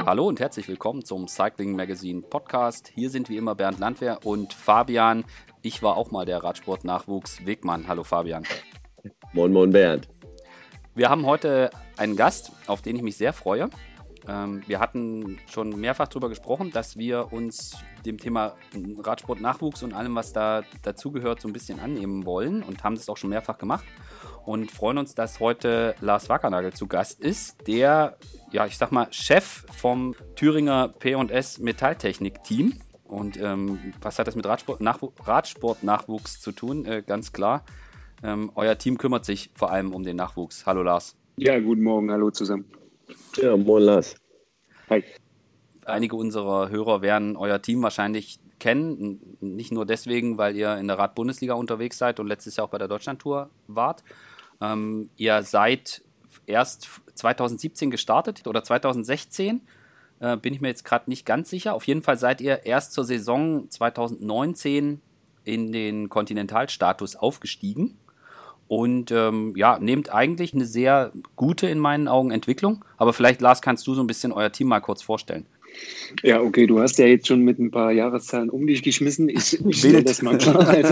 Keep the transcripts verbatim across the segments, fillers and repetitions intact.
hallo und herzlich willkommen zum Cycling Magazine Podcast. Hier sind wie immer Bernd Landwehr und Fabian. Ich war auch mal der Radsport-Nachwuchs-Wegmann. Hallo Fabian. Moin, moin Bernd. Wir haben heute einen Gast, auf den ich mich sehr freue. Ähm, wir hatten schon mehrfach darüber gesprochen, dass wir uns dem Thema Radsport-Nachwuchs und allem, was da dazugehört, so ein bisschen annehmen wollen und haben das auch schon mehrfach gemacht. Und freuen uns, dass heute Lars Wackernagel zu Gast ist, der, ja, ich sag mal, Chef vom Thüringer P und S Metalltechnik-Team. Und ähm, was hat das mit Radsport, Nachw- Radsport-Nachwuchs zu tun? Äh, ganz klar. Ähm, euer Team kümmert sich vor allem um den Nachwuchs. Hallo Lars. Ja, guten Morgen, hallo zusammen. Ja, moin Lars. Hi. Einige unserer Hörer werden euer Team wahrscheinlich kennen. Nicht nur deswegen, weil ihr in der Rad-Bundesliga unterwegs seid und letztes Jahr auch bei der Deutschlandtour wart. Ähm, ihr seid erst zwanzig siebzehn gestartet oder zwanzig sechzehn, äh, bin ich mir jetzt gerade nicht ganz sicher. Auf jeden Fall seid ihr erst zur Saison zwanzig neunzehn in den Kontinentalstatus aufgestiegen und ähm, ja, nehmt eigentlich eine sehr gute, in meinen Augen, Entwicklung. Aber vielleicht, Lars, kannst du so ein bisschen euer Team mal kurz vorstellen. Ja, okay, du hast ja jetzt schon mit ein paar Jahreszahlen um dich geschmissen. Ich, ich stelle das mal klar. Also,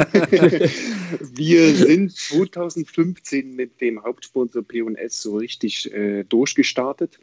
wir sind zwanzig fünfzehn mit dem Hauptsponsor P und S so richtig äh, durchgestartet.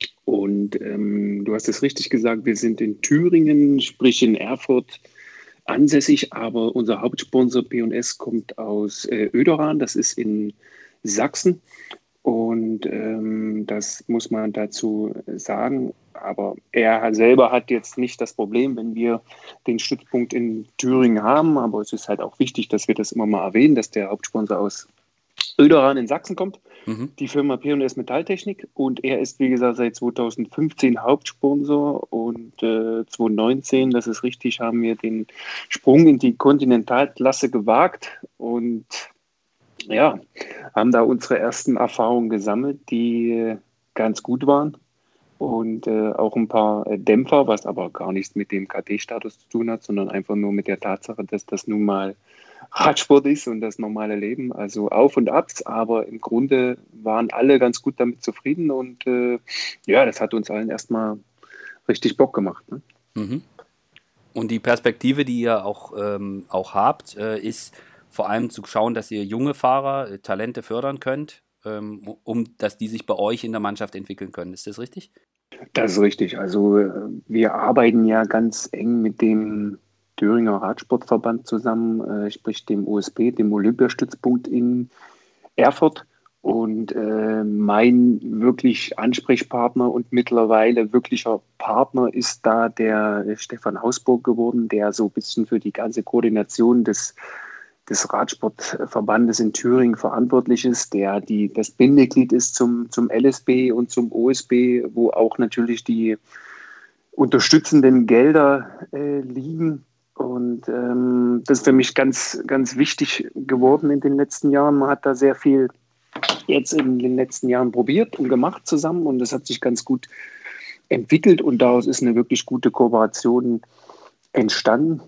Und ähm, du hast es richtig gesagt, wir sind in Thüringen, sprich in Erfurt, ansässig, aber unser Hauptsponsor P und S kommt aus äh, Oederan, das ist in Sachsen. Und ähm, das muss man dazu sagen. Aber er selber hat jetzt nicht das Problem, wenn wir den Stützpunkt in Thüringen haben. Aber es ist halt auch wichtig, dass wir das immer mal erwähnen, dass der Hauptsponsor aus Oederan in Sachsen kommt, mhm. die Firma P und S Metalltechnik. Und er ist, wie gesagt, seit zwanzig fünfzehn Hauptsponsor. Und äh, zwanzig neunzehn, das ist richtig, haben wir den Sprung in die Kontinentalklasse gewagt. Und ja, haben da unsere ersten Erfahrungen gesammelt, die äh, ganz gut waren. Und äh, auch ein paar äh, Dämpfer, was aber gar nichts mit dem K T-Status zu tun hat, sondern einfach nur mit der Tatsache, dass das nun mal Radsport ist und das normale Leben. Also Auf und Abs, aber im Grunde waren alle ganz gut damit zufrieden. Und äh, ja, das hat uns allen erstmal richtig Bock gemacht. Ne? Mhm. Und die Perspektive, die ihr auch, ähm, auch habt, äh, ist vor allem zu schauen, dass ihr junge Fahrer, äh, Talente fördern könnt, ähm, um dass die sich bei euch in der Mannschaft entwickeln können. Ist das richtig? Das ist richtig. Also äh, wir arbeiten ja ganz eng mit dem Thüringer Radsportverband zusammen, äh, sprich dem O S P, dem Olympiastützpunkt in Erfurt. Und äh, mein wirklich Ansprechpartner und mittlerweile wirklicher Partner ist da der Stefan Hausburg geworden, der so ein bisschen für die ganze Koordination des des Radsportverbandes in Thüringen verantwortlich ist, der die, das Bindeglied ist zum, zum L S B und zum O S B, wo auch natürlich die unterstützenden Gelder äh, liegen. Und ähm, das ist für mich ganz, ganz wichtig geworden in den letzten Jahren. Man hat da sehr viel jetzt in den letzten Jahren probiert und gemacht zusammen und das hat sich ganz gut entwickelt und daraus ist eine wirklich gute Kooperation entstanden.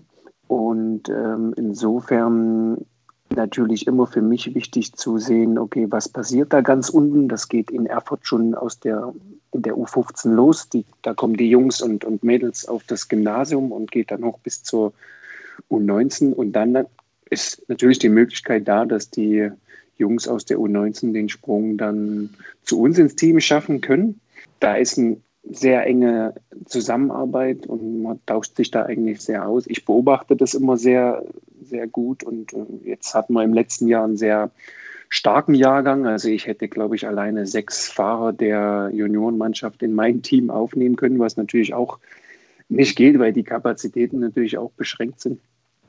Und ähm, insofern natürlich immer für mich wichtig zu sehen, okay, was passiert da ganz unten? Das geht in Erfurt schon aus der, in der U fünfzehn los. Die, da kommen die Jungs und, und Mädels auf das Gymnasium und geht dann hoch bis zur U neunzehn. Und dann ist natürlich die Möglichkeit da, dass die Jungs aus der U neunzehn den Sprung dann zu uns ins Team schaffen können. Da ist ein sehr enge Zusammenarbeit und man tauscht sich da eigentlich sehr aus. Ich beobachte das immer sehr, sehr gut und jetzt hatten wir im letzten Jahr einen sehr starken Jahrgang. Also ich hätte, glaube ich, alleine sechs Fahrer der Juniorenmannschaft in mein Team aufnehmen können, was natürlich auch nicht geht, weil die Kapazitäten natürlich auch beschränkt sind.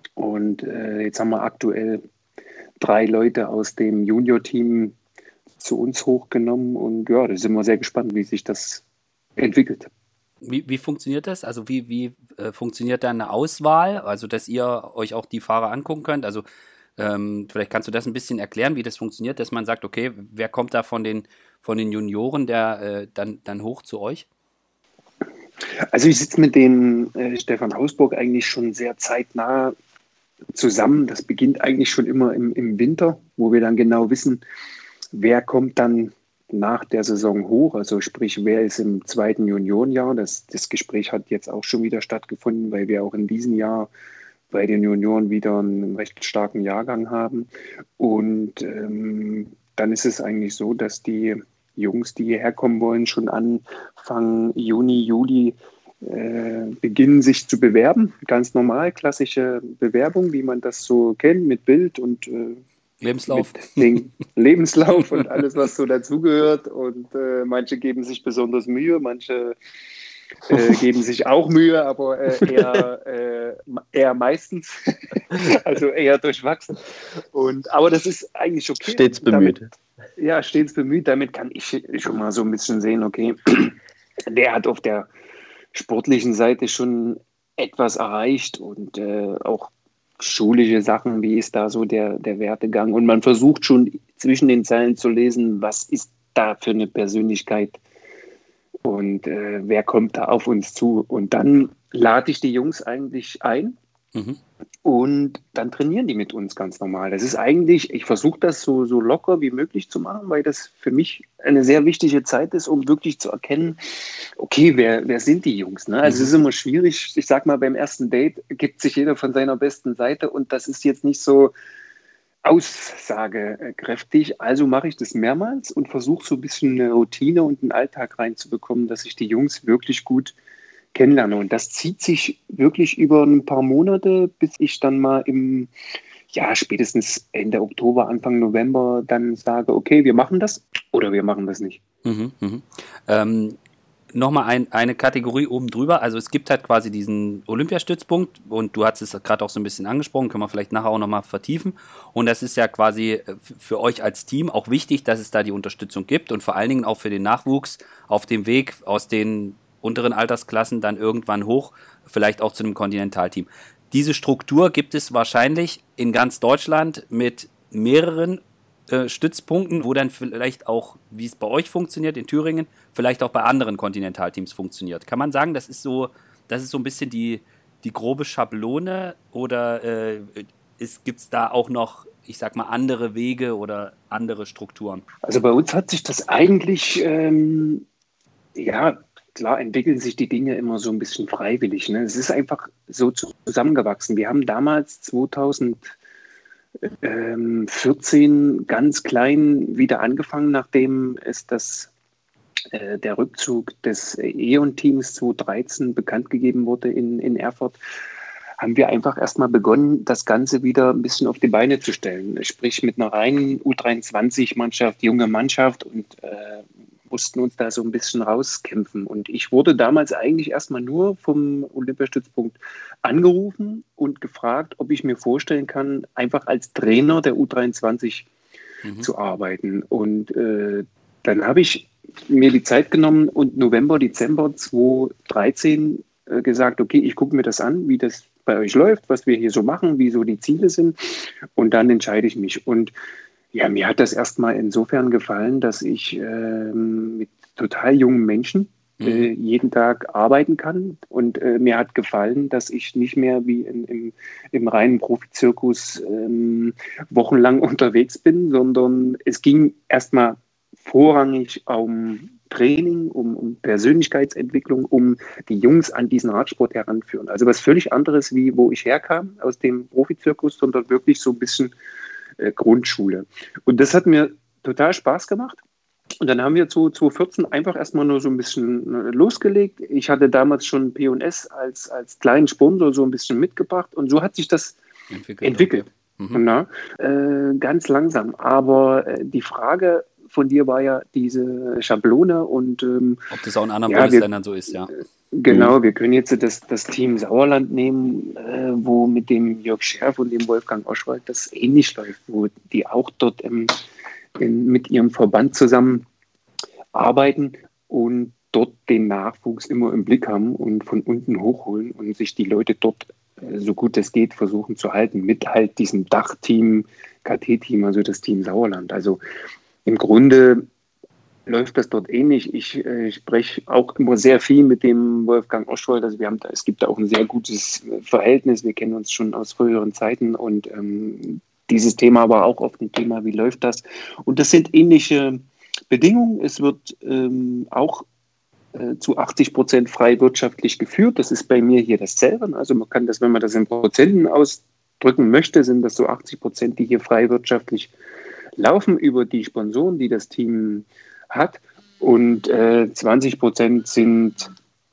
Und äh, jetzt haben wir aktuell drei Leute aus dem Junior-Team zu uns hochgenommen und ja, da sind wir sehr gespannt, wie sich das entwickelt. Wie, wie funktioniert das? Also wie, wie äh, funktioniert da eine Auswahl? Also dass ihr euch auch die Fahrer angucken könnt? Also ähm, vielleicht kannst du das ein bisschen erklären, wie das funktioniert, dass man sagt, okay, wer kommt da von den, von den Junioren der, äh, dann, dann hoch zu euch? Also ich sitze mit dem äh, Stefan Hausburg eigentlich schon sehr zeitnah zusammen. Das beginnt eigentlich schon immer im, im Winter, wo wir dann genau wissen, wer kommt dann nach der Saison hoch, also sprich, wer ist im zweiten Juniorenjahr? Das, das Gespräch hat jetzt auch schon wieder stattgefunden, weil wir auch in diesem Jahr bei den Junioren wieder einen recht starken Jahrgang haben. Und ähm, dann ist es eigentlich so, dass die Jungs, die hierher kommen wollen, schon Anfang Juni, Juli äh, beginnen, sich zu bewerben. Ganz normal, klassische Bewerbung, wie man das so kennt, mit Bild und äh, Lebenslauf. Mit Lebenslauf und alles, was so dazugehört. Und äh, manche geben sich besonders Mühe, manche äh, geben sich auch Mühe, aber äh, eher, äh, eher meistens, also eher durchwachsen. Und, aber das ist eigentlich okay. Stets bemüht. Damit, ja, stets bemüht. Damit kann ich schon mal so ein bisschen sehen, okay, der hat auf der sportlichen Seite schon etwas erreicht und äh, auch schulische Sachen, wie ist da so der, der Werdegang? Und man versucht schon zwischen den Zeilen zu lesen, was ist da für eine Persönlichkeit und äh, wer kommt da auf uns zu? Und dann lade ich die Jungs eigentlich ein mhm. und dann trainieren die mit uns ganz normal. Das ist eigentlich, ich versuche das so, so locker wie möglich zu machen, weil das für mich eine sehr wichtige Zeit ist, um wirklich zu erkennen, okay, wer, wer sind die Jungs? Ne? Also mhm. es ist immer schwierig, ich sag mal, beim ersten Date gibt sich jeder von seiner besten Seite und das ist jetzt nicht so aussagekräftig. Also mache ich das mehrmals und versuche so ein bisschen eine Routine und einen Alltag reinzubekommen, dass ich die Jungs wirklich gut kennenlerne. Und das zieht sich wirklich über ein paar Monate, bis ich dann mal im, ja, spätestens Ende Oktober, Anfang November dann sage, okay, wir machen das oder wir machen das nicht. Mhm, mhm. Ähm, Nochmal ein, eine Kategorie oben drüber. Also es gibt halt quasi diesen Olympiastützpunkt und du hast es gerade auch so ein bisschen angesprochen, können wir vielleicht nachher auch nochmal vertiefen. Und das ist ja quasi für euch als Team auch wichtig, dass es da die Unterstützung gibt und vor allen Dingen auch für den Nachwuchs auf dem Weg aus den unteren Altersklassen dann irgendwann hoch, vielleicht auch zu einem Kontinentalteam. Diese Struktur gibt es wahrscheinlich in ganz Deutschland mit mehreren äh, Stützpunkten, wo dann vielleicht auch, wie es bei euch funktioniert, in Thüringen, vielleicht auch bei anderen Kontinentalteams funktioniert. Kann man sagen, das ist so, das ist so ein bisschen die, die grobe Schablone oder äh, gibt es da auch noch, ich sag mal, andere Wege oder andere Strukturen? Also bei uns hat sich das eigentlich, ähm, ja, klar entwickeln sich die Dinge immer so ein bisschen freiwillig. Ne? Es ist einfach so zusammengewachsen. Wir haben damals zweitausendvierzehn ganz klein wieder angefangen, nachdem es das, äh, der Rückzug des E O N-Teams zweitausenddreizehn bekannt gegeben wurde in, in Erfurt, haben wir einfach erstmal begonnen, das Ganze wieder ein bisschen auf die Beine zu stellen. Sprich mit einer reinen U dreiundzwanzig-Mannschaft, junge Mannschaft und äh, mussten uns da so ein bisschen rauskämpfen. Und ich wurde damals eigentlich erstmal nur vom Olympiastützpunkt angerufen und gefragt, ob ich mir vorstellen kann, einfach als Trainer der U dreiundzwanzig mhm. zu arbeiten. Und äh, dann habe ich mir die Zeit genommen und November, Dezember zweitausenddreizehn äh, gesagt, okay, ich gucke mir das an, wie das bei euch läuft, was wir hier so machen, wie so die Ziele sind. Und dann entscheide ich mich. Und ja, mir hat das erstmal insofern gefallen, dass ich äh, mit total jungen Menschen äh, jeden Tag arbeiten kann. Und äh, mir hat gefallen, dass ich nicht mehr wie in, im, im reinen Profizirkus äh, wochenlang unterwegs bin, sondern es ging erstmal vorrangig um Training, um, um Persönlichkeitsentwicklung, um die Jungs an diesen Radsport heranführen. Also was völlig anderes, wie wo ich herkam aus dem Profizirkus, sondern wirklich so ein bisschen äh, Grundschule. Und das hat mir total Spaß gemacht. Und dann haben wir zu zweitausendvierzehn einfach erstmal nur so ein bisschen äh, losgelegt. Ich hatte damals schon P und S als, als kleinen Sponsor so ein bisschen mitgebracht. Und so hat sich das entwickelt. entwickelt. Okay. Mhm. Na, äh, ganz langsam. Aber äh, die Frage von dir war ja diese Schablone und ähm, ob das auch in anderen ja, Bundesländern wir, so ist, ja. Genau, mhm. wir können jetzt das, das Team Sauerland nehmen, äh, wo mit dem Jörg Scherf und dem Wolfgang Oschwald das ähnlich läuft, wo die auch dort im, in, mit ihrem Verband zusammen arbeiten und dort den Nachwuchs immer im Blick haben und von unten hochholen und sich die Leute dort äh, so gut es geht versuchen zu halten, mit halt diesem Dachteam, K T-Team, also das Team Sauerland. Also im Grunde läuft das dort ähnlich. Ich äh, spreche auch immer sehr viel mit dem Wolfgang Oschwald. Also wir haben da, es gibt da auch ein sehr gutes Verhältnis. Wir kennen uns schon aus früheren Zeiten und ähm, dieses Thema war auch oft ein Thema, wie läuft das? Und das sind ähnliche Bedingung, es wird ähm, auch äh, zu achtzig Prozent frei wirtschaftlich geführt. Das ist bei mir hier dasselbe. Also man kann das, wenn man das in Prozenten ausdrücken möchte, sind das so achtzig Prozent, die hier frei wirtschaftlich laufen über die Sponsoren, die das Team hat. Und äh, zwanzig Prozent sind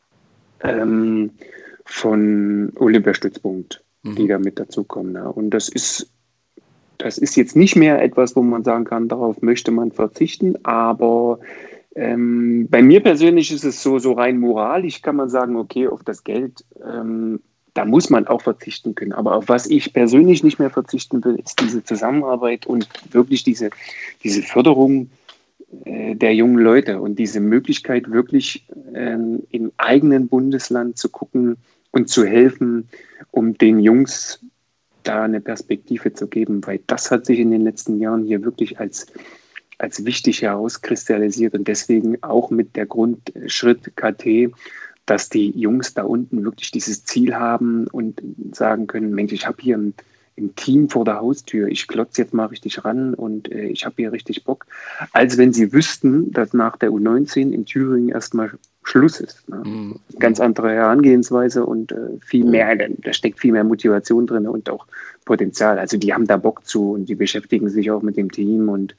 ähm, von Olympiastützpunkt, mhm. die da mit dazukommen. Ja. Und das ist Das ist jetzt nicht mehr etwas, wo man sagen kann, darauf möchte man verzichten, aber ähm, bei mir persönlich ist es so, so rein moralisch kann man sagen, okay, auf das Geld, ähm, da muss man auch verzichten können. Aber auf was ich persönlich nicht mehr verzichten will, ist diese Zusammenarbeit und wirklich diese, diese Förderung äh, der jungen Leute und diese Möglichkeit wirklich ähm, im eigenen Bundesland zu gucken und zu helfen, um den Jungs da eine Perspektive zu geben, weil das hat sich in den letzten Jahren hier wirklich als, als wichtig herauskristallisiert und deswegen auch mit der Grundschritt K T, dass die Jungs da unten wirklich dieses Ziel haben und sagen können, Mensch, ich habe hier ein, ein Team vor der Haustür, ich klotze jetzt mal richtig ran und äh, ich habe hier richtig Bock, als wenn sie wüssten, dass nach der U neunzehn in Thüringen erstmal Schluss ist. Ne? Mhm. Ganz andere Herangehensweise und äh, viel mehr, da steckt viel mehr Motivation drin und auch Potenzial. Also die haben da Bock zu und die beschäftigen sich auch mit dem Team und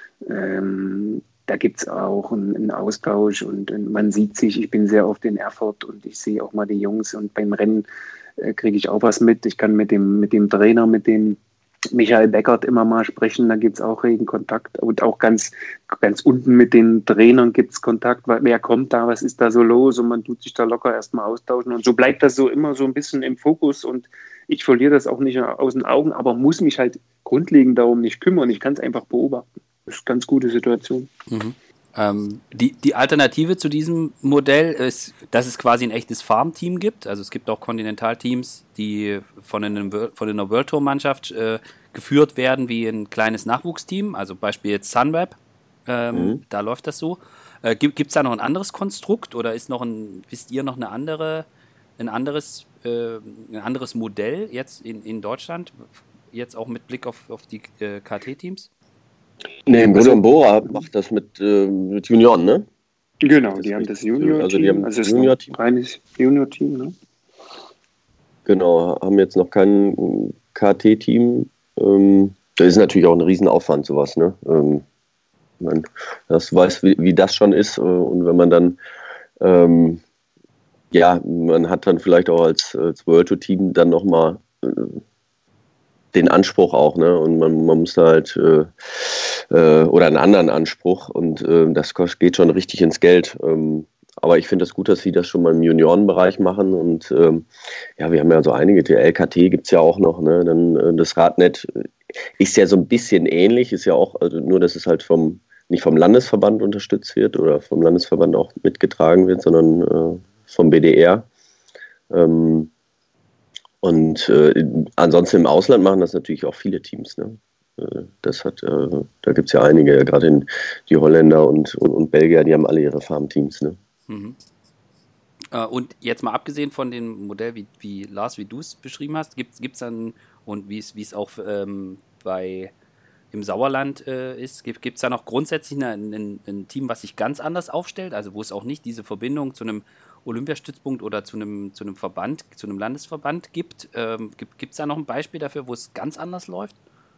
ähm, da gibt es auch einen, einen Austausch und, und man sieht sich, ich bin sehr oft in Erfurt und ich sehe auch mal die Jungs und beim Rennen äh, kriege ich auch was mit. Ich kann mit dem, mit dem Trainer, mit dem Michael Beckert immer mal sprechen, da gibt es auch regen Kontakt und auch ganz, ganz unten mit den Trainern gibt es Kontakt, wer kommt da, was ist da so los und man tut sich da locker erstmal austauschen und so bleibt das so immer so ein bisschen im Fokus und ich verliere das auch nicht aus den Augen, aber muss mich halt grundlegend darum nicht kümmern, ich kann es einfach beobachten. Das ist eine ganz gute Situation. Mhm. Ähm, die, die Alternative zu diesem Modell ist, dass es quasi ein echtes Farmteam gibt. Also es gibt auch Kontinentalteams, die von, einem, von einer World Tour Mannschaft äh, geführt werden wie ein kleines Nachwuchsteam. Also Beispiel jetzt Sunweb, ähm, mhm. da läuft das so. Äh, gibt es da noch ein anderes Konstrukt oder ist noch ein, wisst ihr noch eine andere, ein anderes, äh, ein anderes Modell jetzt in, in Deutschland, jetzt auch mit Blick auf, auf die äh, K T-Teams? Nee, Bruno Bora macht das mit, äh, mit Junioren, ne? Genau, das die haben das Junior-Team. Junior-Team. Also die haben also das Junior-Team. Reines Junior-Team, ne? Genau, haben jetzt noch kein K T-Team. Ähm, das ist natürlich auch ein Riesenaufwand, sowas, ne? Ähm, man, das weiß, wie, wie das schon ist. Äh, und wenn man dann, ähm, ja, man hat dann vielleicht auch als, als World Tour-Team dann nochmal äh, den Anspruch auch, ne? Und man, man muss da halt äh, äh, oder einen anderen Anspruch und äh, das geht schon richtig ins Geld. Ähm, aber ich finde es das gut, dass sie das schon mal im Juniorenbereich machen und ähm, ja, wir haben ja so einige, die L K T gibt es ja auch noch, ne? Dann äh, das Radnet ist ja so ein bisschen ähnlich, ist ja auch, also nur, dass es halt vom nicht vom Landesverband unterstützt wird oder vom Landesverband auch mitgetragen wird, sondern äh, vom B D R. Ähm, Und äh, ansonsten im Ausland machen das natürlich auch viele Teams. Ne? Äh, das hat, äh, da gibt es ja einige, gerade in die Holländer und, und, und Belgier, die haben alle ihre Farmteams. Ne? Mhm. Äh, und jetzt mal abgesehen von dem Modell, wie, wie Lars, wie du es beschrieben hast, gibt es dann, und wie es auch ähm, bei im Sauerland äh, ist, gibt es da noch grundsätzlich ein, ein, ein Team, was sich ganz anders aufstellt, also wo es auch nicht diese Verbindung zu einem Olympiastützpunkt oder zu einem, zu einem Verband, zu einem Landesverband gibt. Ähm, gibt es da noch ein Beispiel dafür, wo es ganz anders läuft?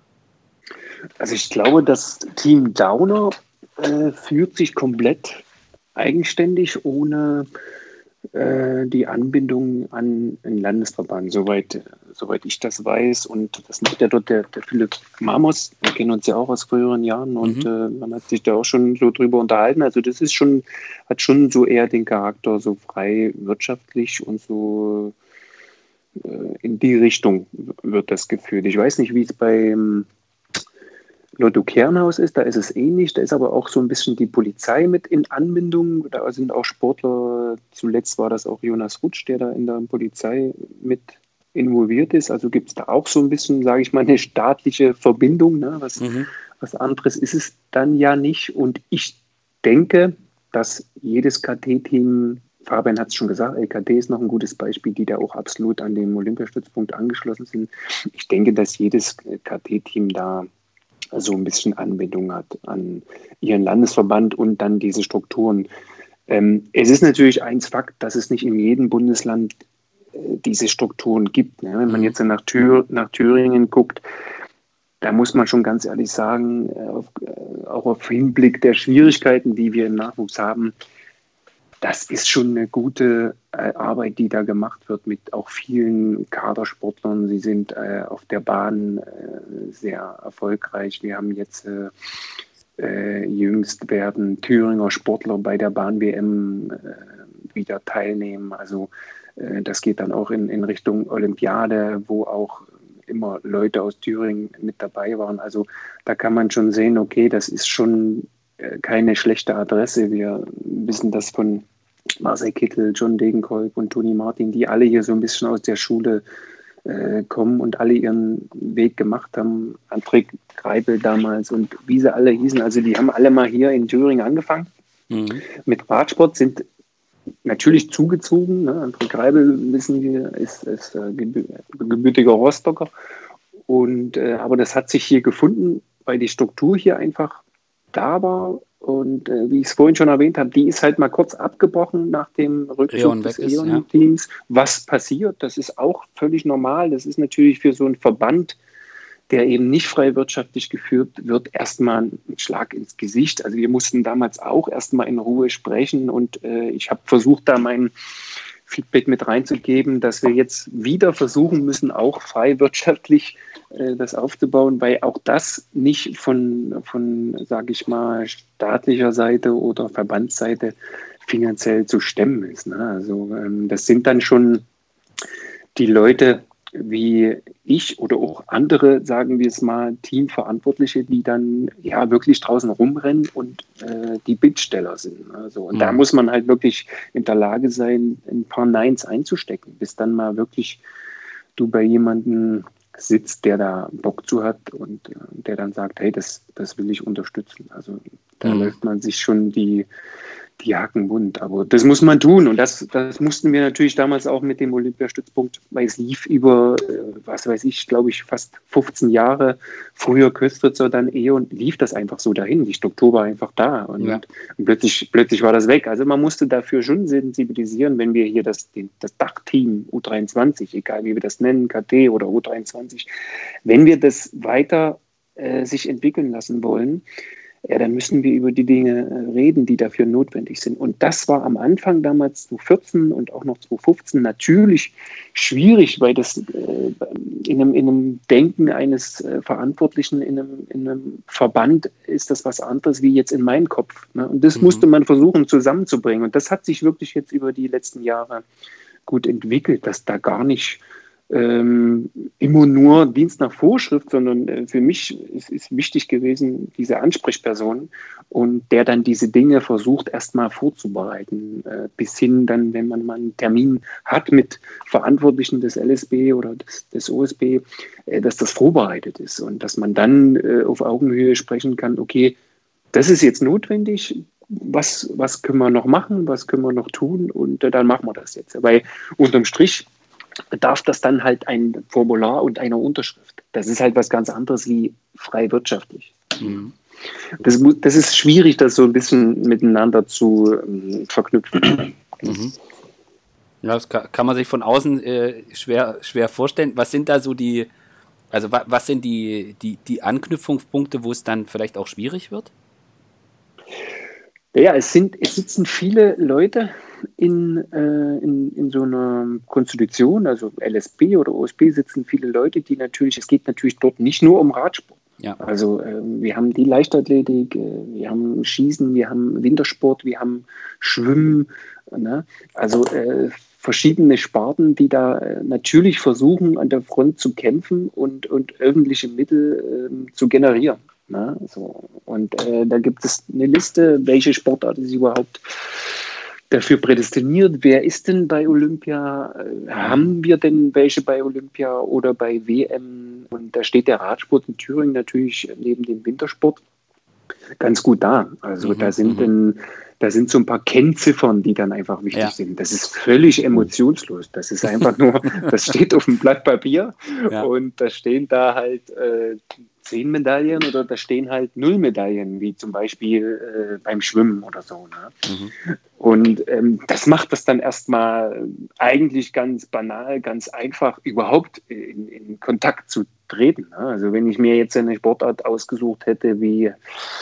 Also ich glaube, das Team Downer äh, führt sich komplett eigenständig, ohne äh, die Anbindung an einen Landesverband, soweit, soweit ich das weiß. Und das macht ja dort der, der Philipp Mamos, wir kennen uns ja auch aus früheren Jahren und mhm. äh, man hat sich da auch schon so drüber unterhalten. Also das ist schon, hat schon so eher den Charakter so frei wirtschaftlich und so äh, in die Richtung wird das geführt. Ich weiß nicht, wie es beim Lotto Kernhaus ist, da ist es ähnlich, da ist aber auch so ein bisschen die Polizei mit in Anbindung, da sind auch Sportler, zuletzt war das auch Jonas Rutsch, der da in der Polizei mit involviert ist, also gibt es da auch so ein bisschen, sage ich mal, eine staatliche Verbindung, ne? was, mhm. was anderes ist es dann ja nicht und ich denke, dass jedes K T-Team, Fabian hat es schon gesagt, L K T ist noch ein gutes Beispiel, die da auch absolut an den Olympiastützpunkt angeschlossen sind, ich denke, dass jedes K T-Team da so ein bisschen Anbindung hat an ihren Landesverband und dann diese Strukturen. Ähm, es ist natürlich eins Fakt, dass es nicht in jedem Bundesland äh, diese Strukturen gibt. Ne? Wenn man jetzt nach, Thür nach Thüringen guckt, da muss man schon ganz ehrlich sagen, äh, auf, äh, auch auf Hinblick der Schwierigkeiten, die wir im Nachwuchs haben, das ist schon eine gute äh, Arbeit, die da gemacht wird mit auch vielen Kadersportlern. Sie sind äh, auf der Bahn äh, sehr erfolgreich. Wir haben jetzt äh, äh, jüngst werden Thüringer Sportler bei der Bahn-W M äh, wieder teilnehmen. Also äh, das geht dann auch in, in Richtung Olympiade, wo auch immer Leute aus Thüringen mit dabei waren. Also da kann man schon sehen, okay, das ist schon keine schlechte Adresse. Wir wissen das von Marcel Kittel, John Degenkolb und Toni Martin, die alle hier so ein bisschen aus der Schule äh, kommen und alle ihren Weg gemacht haben. André Greipel damals und wie sie alle hießen. Also die haben alle mal hier in Thüringen angefangen mhm. mit Radsport, sind natürlich zugezogen. Ne? André Greipel, wissen wir, ist, ist äh, gebürtiger Rostocker. Und, äh, aber das hat sich hier gefunden, weil die Struktur hier einfach da war und äh, wie ich es vorhin schon erwähnt habe, die ist halt mal kurz abgebrochen nach dem Rückzug des E.ON-Teams. Ja. Was passiert, das ist auch völlig normal. Das ist natürlich für so einen Verband, der eben nicht frei wirtschaftlich geführt wird, erstmal ein Schlag ins Gesicht. Also wir mussten damals auch erstmal in Ruhe sprechen und äh, ich habe versucht, da mein Feedback mit reinzugeben, dass wir jetzt wieder versuchen müssen, auch frei wirtschaftlich äh, das aufzubauen, weil auch das nicht von, von sage ich mal, staatlicher Seite oder Verbandsseite finanziell zu stemmen ist. Ne? Also ähm, das sind dann schon die Leute wie ich oder auch andere, sagen wir es mal, Teamverantwortliche, die dann ja wirklich draußen rumrennen und äh, die Bittsteller sind. Also, und mhm. da muss man halt wirklich in der Lage sein, ein paar Neins einzustecken, bis dann mal wirklich du bei jemandem sitzt, der da Bock zu hat und äh, der dann sagt, hey, das, das will ich unterstützen. Also da mhm. läuft man sich schon die die Haken bunt, aber das muss man tun und das, das mussten wir natürlich damals auch mit dem Olympiastützpunkt, weil es lief über, was weiß ich, glaube ich, fast fünfzehn Jahre, früher Köstritzer, dann E und lief das einfach so dahin, die Struktur war einfach da und, ja. und plötzlich, plötzlich war das weg, also man musste dafür schon sensibilisieren, wenn wir hier das, das Dachteam U dreiundzwanzig, egal wie wir das nennen, K T oder U dreiundzwanzig, wenn wir das weiter äh, sich entwickeln lassen wollen, ja, dann müssen wir über die Dinge reden, die dafür notwendig sind. Und das war am Anfang damals zwanzig vierzehn und auch noch zwanzig fünfzehn natürlich schwierig, weil das äh, in, einem, in einem Denken eines äh, Verantwortlichen in einem, in einem Verband ist das was anderes wie jetzt in meinem Kopf. Ne? Und das mhm. musste man versuchen zusammenzubringen. Und das hat sich wirklich jetzt über die letzten Jahre gut entwickelt, dass da gar nicht Ähm, immer nur Dienst nach Vorschrift, sondern äh, für mich ist, ist wichtig gewesen, diese Ansprechperson und der dann diese Dinge versucht, erstmal vorzubereiten, äh, bis hin dann, wenn man mal einen Termin hat mit Verantwortlichen des L S B oder des, des O S B, äh, dass das vorbereitet ist und dass man dann äh, auf Augenhöhe sprechen kann, okay, das ist jetzt notwendig, was, was können wir noch machen, was können wir noch tun und äh, dann machen wir das jetzt. Weil unterm Strich bedarf das dann halt ein Formular und einer Unterschrift. Das ist halt was ganz anderes wie frei wirtschaftlich. Mhm. Das, muss, das ist schwierig, das so ein bisschen miteinander zu ähm, verknüpfen. Mhm. Ja, das kann, kann man sich von außen äh, schwer, schwer vorstellen. Was sind da so die, also wa, was sind die, die, die Anknüpfungspunkte, wo es dann vielleicht auch schwierig wird? Ja, es sind, es sitzen viele Leute in, äh, in, in so einer Konstitution, also L S B oder O S B sitzen viele Leute, die natürlich, es geht natürlich dort nicht nur um Radsport. Ja. Also äh, wir haben die Leichtathletik, äh, wir haben Schießen, wir haben Wintersport, wir haben Schwimmen, ne? Also äh, verschiedene Sparten, die da äh, natürlich versuchen, an der Front zu kämpfen und, und öffentliche Mittel äh, zu generieren. Na, so. Und äh, da gibt es eine Liste, welche Sportart ist überhaupt dafür prädestiniert. Wer ist denn bei Olympia? Äh, haben wir denn welche bei Olympia oder bei W M? Und da steht der Radsport in Thüringen natürlich neben dem Wintersport ganz gut da. Also Mhm, da sind mhm. dann, da sind so ein paar Kennziffern, die dann einfach wichtig Ja. sind. Das ist völlig emotionslos. Das ist einfach nur, das steht auf dem Blatt Papier Ja. und da stehen da halt äh, zehn Medaillen oder da stehen halt null Medaillen, wie zum Beispiel äh, beim Schwimmen oder so. Ne? Mhm. Und ähm, das macht das dann erstmal eigentlich ganz banal, ganz einfach, überhaupt in, in Kontakt zu treten. Ne? Also wenn ich mir jetzt eine Sportart ausgesucht hätte wie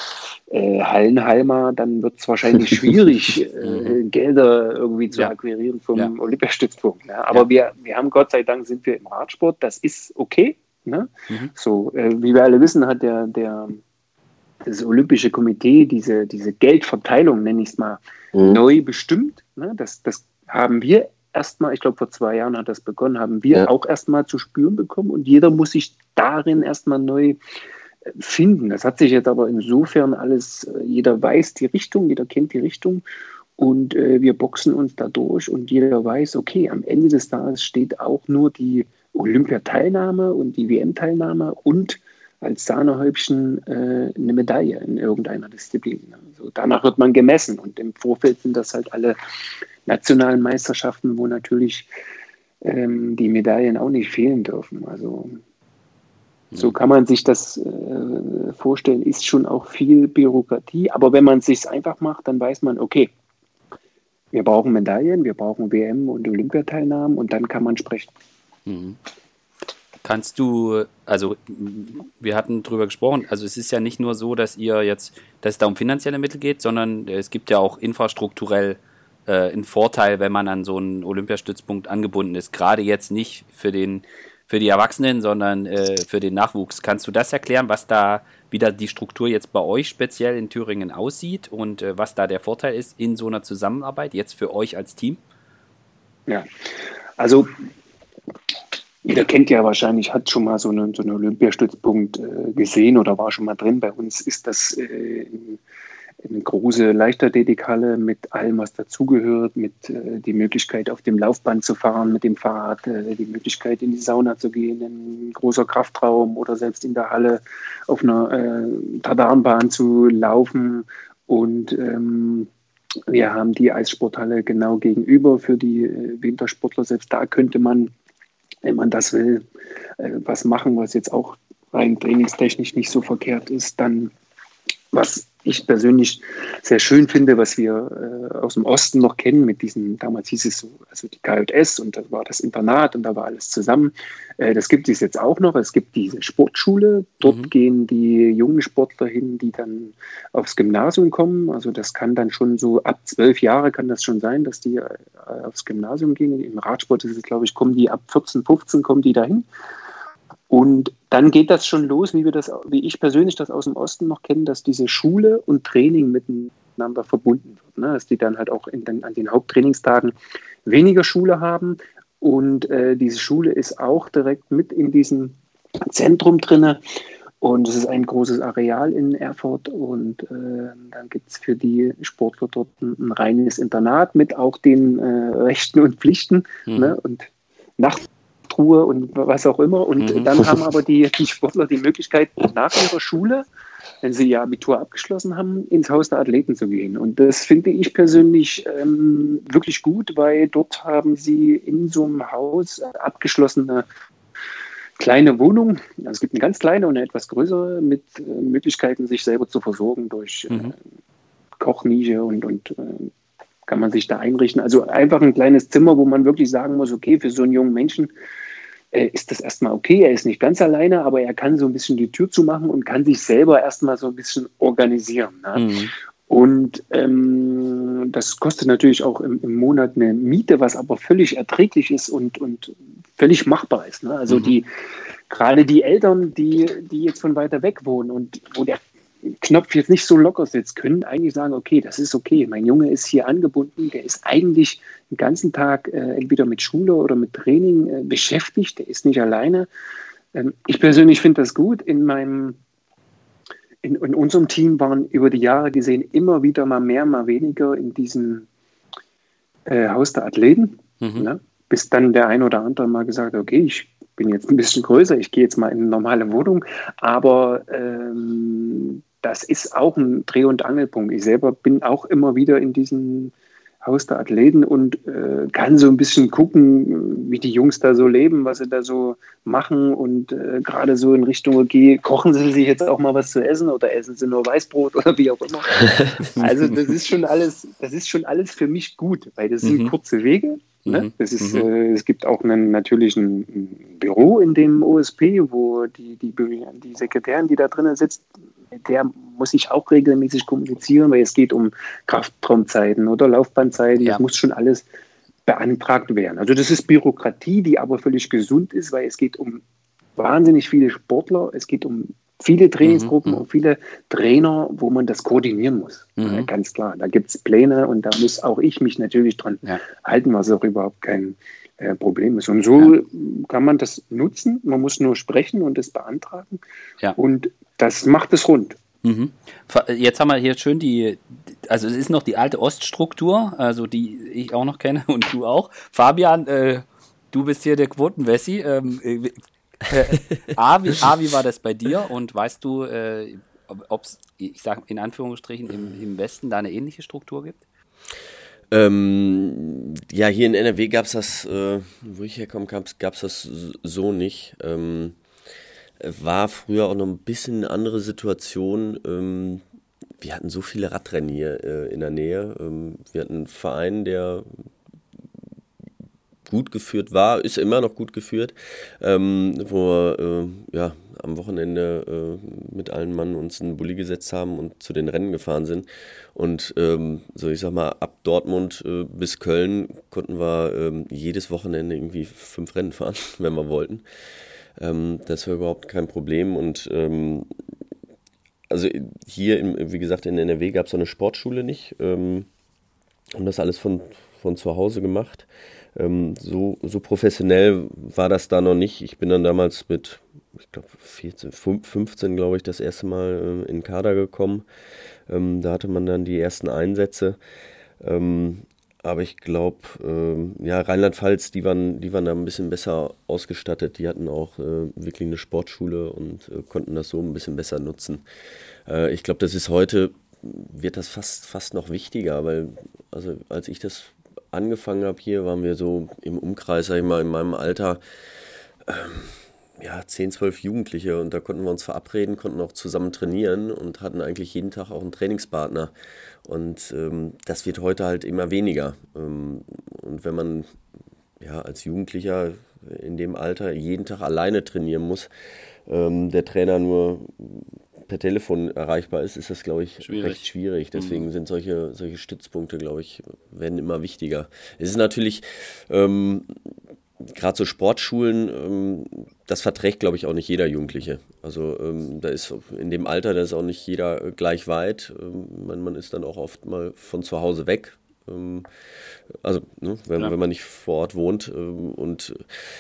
äh, Hallenhalmer, dann wird es wahrscheinlich schwierig, äh, Gelder irgendwie zu Ja. akquirieren vom Ja. Olympiastützpunkt. Ne? Aber Ja. wir, wir haben Gott sei Dank sind wir im Radsport, das ist okay. Ne? Mhm. So, äh, wie wir alle wissen, hat der, der das Olympische Komitee diese, diese Geldverteilung, nenne ich es mal, Mhm. neu bestimmt. Ne? Das, das haben wir erstmal, ich glaube vor zwei Jahren hat das begonnen, haben wir Ja. auch erstmal zu spüren bekommen und jeder muss sich darin erstmal neu äh, finden. Das hat sich jetzt aber insofern alles, äh, jeder weiß die Richtung, jeder kennt die Richtung und äh, wir boxen uns da durch und jeder weiß, okay, am Ende des Tages steht auch nur die Olympiateilnahme und die W M-Teilnahme und als Sahnehäubchen äh, eine Medaille in irgendeiner Disziplin. Also danach wird man gemessen und im Vorfeld sind das halt alle nationalen Meisterschaften, wo natürlich ähm, die Medaillen auch nicht fehlen dürfen. Also so kann man sich das äh, vorstellen, ist schon auch viel Bürokratie, aber wenn man es sich einfach macht, dann weiß man, okay, wir brauchen Medaillen, wir brauchen W M- und Olympiateilnahmen und dann kann man sprechen. Mhm. Kannst du, also wir hatten drüber gesprochen, also es ist ja nicht nur so, dass ihr jetzt, dass es da um finanzielle Mittel geht, sondern es gibt ja auch infrastrukturell äh, einen Vorteil, wenn man an so einen Olympiastützpunkt angebunden ist. Gerade jetzt nicht für den, für die Erwachsenen, sondern äh, für den Nachwuchs. Kannst du das erklären, was da wieder die Struktur jetzt bei euch speziell in Thüringen aussieht und äh, was da der Vorteil ist in so einer Zusammenarbeit jetzt für euch als Team? Ja, also jeder kennt ja wahrscheinlich, hat schon mal so einen, so einen Olympiastützpunkt äh, gesehen oder war schon mal drin. Bei uns ist das äh, eine große Leichtathletikhalle mit allem, was dazugehört, mit äh, die Möglichkeit, auf dem Laufband zu fahren, mit dem Fahrrad, äh, die Möglichkeit, in die Sauna zu gehen, ein großer Kraftraum oder selbst in der Halle auf einer äh, Tatanbahn zu laufen. Und ähm, wir haben die Eissporthalle genau gegenüber für die äh, Wintersportler. Selbst da könnte man, wenn man das will, äh, was machen, was jetzt auch rein trainingstechnisch nicht so verkehrt ist. Dann, was ich persönlich sehr schön finde, was wir äh, aus dem Osten noch kennen, mit diesen, damals hieß es so, also die K J S und das war das Internat und da war alles zusammen. Äh, das gibt es jetzt auch noch. Es gibt diese Sportschule. Dort Mhm. gehen die jungen Sportler hin, die dann aufs Gymnasium kommen. Also das kann dann schon so ab zwölf Jahre kann das schon sein, dass die äh, aufs Gymnasium gehen. Im Radsport ist es, glaube ich, kommen die ab vierzehn, fünfzehn kommen die dahin. Und dann geht das schon los, wie wir das, wie ich persönlich das aus dem Osten noch kenne, dass diese Schule und Training miteinander verbunden wird. Ne? Dass die dann halt auch in den, an den Haupttrainingstagen weniger Schule haben. Und äh, diese Schule ist auch direkt mit in diesem Zentrum drinne. Und es ist ein großes Areal in Erfurt. Und äh, dann gibt es für die Sportler dort ein, ein reines Internat mit auch den äh, Rechten und Pflichten. Mhm. Ne? Und Nacht Ruhe und was auch immer. Und Mhm. dann haben aber die, die Sportler die Möglichkeit, nach ihrer Schule, wenn sie ihr Abitur abgeschlossen haben, ins Haus der Athleten zu gehen. Und das finde ich persönlich ähm, wirklich gut, weil dort haben sie in so einem Haus abgeschlossene kleine Wohnung. Also es gibt eine ganz kleine und eine etwas größere mit äh, Möglichkeiten, sich selber zu versorgen durch äh, Mhm. Kochnische und, und äh, kann man sich da einrichten. Also einfach ein kleines Zimmer, wo man wirklich sagen muss, okay, für so einen jungen Menschen äh, ist das erstmal okay. Er ist nicht ganz alleine, aber er kann so ein bisschen die Tür zumachen und kann sich selber erstmal so ein bisschen organisieren. Ne? Mhm. Und ähm, das kostet natürlich auch im, im Monat eine Miete, was aber völlig erträglich ist und, und völlig machbar ist. Ne? Also Mhm. die, gerade die Eltern, die, die jetzt von weiter weg wohnen und wo der Knopf jetzt nicht so locker sitzt, können eigentlich sagen, okay, das ist okay, mein Junge ist hier angebunden, der ist eigentlich den ganzen Tag äh, entweder mit Schule oder mit Training äh, beschäftigt, der ist nicht alleine. Ähm, ich persönlich finde das gut. In meinem, in, in unserem Team waren über die Jahre gesehen immer wieder mal mehr, mal weniger in diesem äh, Haus der Athleten, Mhm. ne? Bis dann der ein oder andere mal gesagt hat, okay, ich bin jetzt ein bisschen größer, ich gehe jetzt mal in eine normale Wohnung, aber ähm, das ist auch ein Dreh- und Angelpunkt. Ich selber bin auch immer wieder in diesem Haus der Athleten und äh, kann so ein bisschen gucken, wie die Jungs da so leben, was sie da so machen und äh, gerade so in Richtung, okay, kochen sie sich jetzt auch mal was zu essen oder essen sie nur Weißbrot oder wie auch immer. Also das ist schon alles, das ist schon alles für mich gut, weil das sind Mhm. kurze Wege. Ne? Mhm. Das ist, Mhm. äh, es gibt auch einen, natürlich ein, ein Büro in dem O S P, wo die, die, die Sekretärin, die da drinnen sitzt, mit der muss ich auch regelmäßig kommunizieren, weil es geht um Kraftraumzeiten oder Laufbahnzeiten. Ja. Das muss schon alles beantragt werden. Also das ist Bürokratie, die aber völlig gesund ist, weil es geht um wahnsinnig viele Sportler, es geht um viele Trainingsgruppen Mhm. und viele Trainer, wo man das koordinieren muss. Mhm. Ja, ganz klar, da gibt es Pläne und da muss auch ich mich natürlich dran Ja. halten, was auch überhaupt kein äh, Problem ist. Und so Ja. kann man das nutzen, man muss nur sprechen und das beantragen Ja. und das macht es rund. Mhm. Fa- Jetzt haben wir hier schön die, also es ist noch die alte Oststruktur, also die ich auch noch kenne und du auch. Fabian, äh, du bist hier der Quotenwessi. Ähm, äh, äh, A, wie, A, wie war das bei dir? Und weißt du, äh, ob es, ich sage in Anführungsstrichen, im, im Westen da eine ähnliche Struktur gibt? Ähm, ja, hier in N R W gab es das, äh, wo ich herkomme, gab es das so nicht. Ähm, war früher auch noch ein bisschen eine andere Situation. Ähm, wir hatten so viele Radrennen hier äh, in der Nähe. Ähm, wir hatten einen Verein, der gut geführt war, ist immer noch gut geführt, ähm, wo wir äh, ja, am Wochenende äh, mit allen Mann uns einen Bulli gesetzt haben und zu den Rennen gefahren sind. Und ähm, so ich sag mal, ab Dortmund äh, bis Köln konnten wir ähm, jedes Wochenende irgendwie fünf Rennen fahren, wenn wir wollten. Ähm, das war überhaupt kein Problem. Und ähm, also hier, im, wie gesagt, in N R W gab es eine Sportschule nicht. Ähm, haben das alles von, von zu Hause gemacht. Ähm, so, so professionell war das da noch nicht. Ich bin dann damals mit, ich glaube, vierzehn, fünfzehn, glaube ich, das erste Mal äh, in den Kader gekommen. Ähm, da hatte man dann die ersten Einsätze. Ähm, aber ich glaube, ähm, ja, Rheinland-Pfalz, die waren, die waren da ein bisschen besser ausgestattet. Die hatten auch äh, wirklich eine Sportschule und äh, konnten das so ein bisschen besser nutzen. Äh, ich glaube, das ist heute, wird das fast, fast noch wichtiger, weil, also als ich das angefangen habe hier, waren wir so im Umkreis, sag ich mal, in meinem Alter, ähm, ja, zehn, zwölf Jugendliche und da konnten wir uns verabreden, konnten auch zusammen trainieren und hatten eigentlich jeden Tag auch einen Trainingspartner. Und ähm, das wird heute halt immer weniger. Ähm, und wenn man ja als Jugendlicher in dem Alter jeden Tag alleine trainieren muss, ähm, der Trainer nur per Telefon erreichbar ist, ist das, glaube ich, Schwierig. recht schwierig. Deswegen Mhm. sind solche, solche Stützpunkte, glaube ich, werden immer wichtiger. Es ist natürlich, ähm, gerade so Sportschulen, ähm, das verträgt, glaube ich, auch nicht jeder Jugendliche. Also ähm, da ist in dem Alter, da ist auch nicht jeder gleich weit. Ähm, man, man ist dann auch oft mal von zu Hause weg. Ähm, also, ne, wenn, Ja. wenn man nicht vor Ort wohnt ähm, und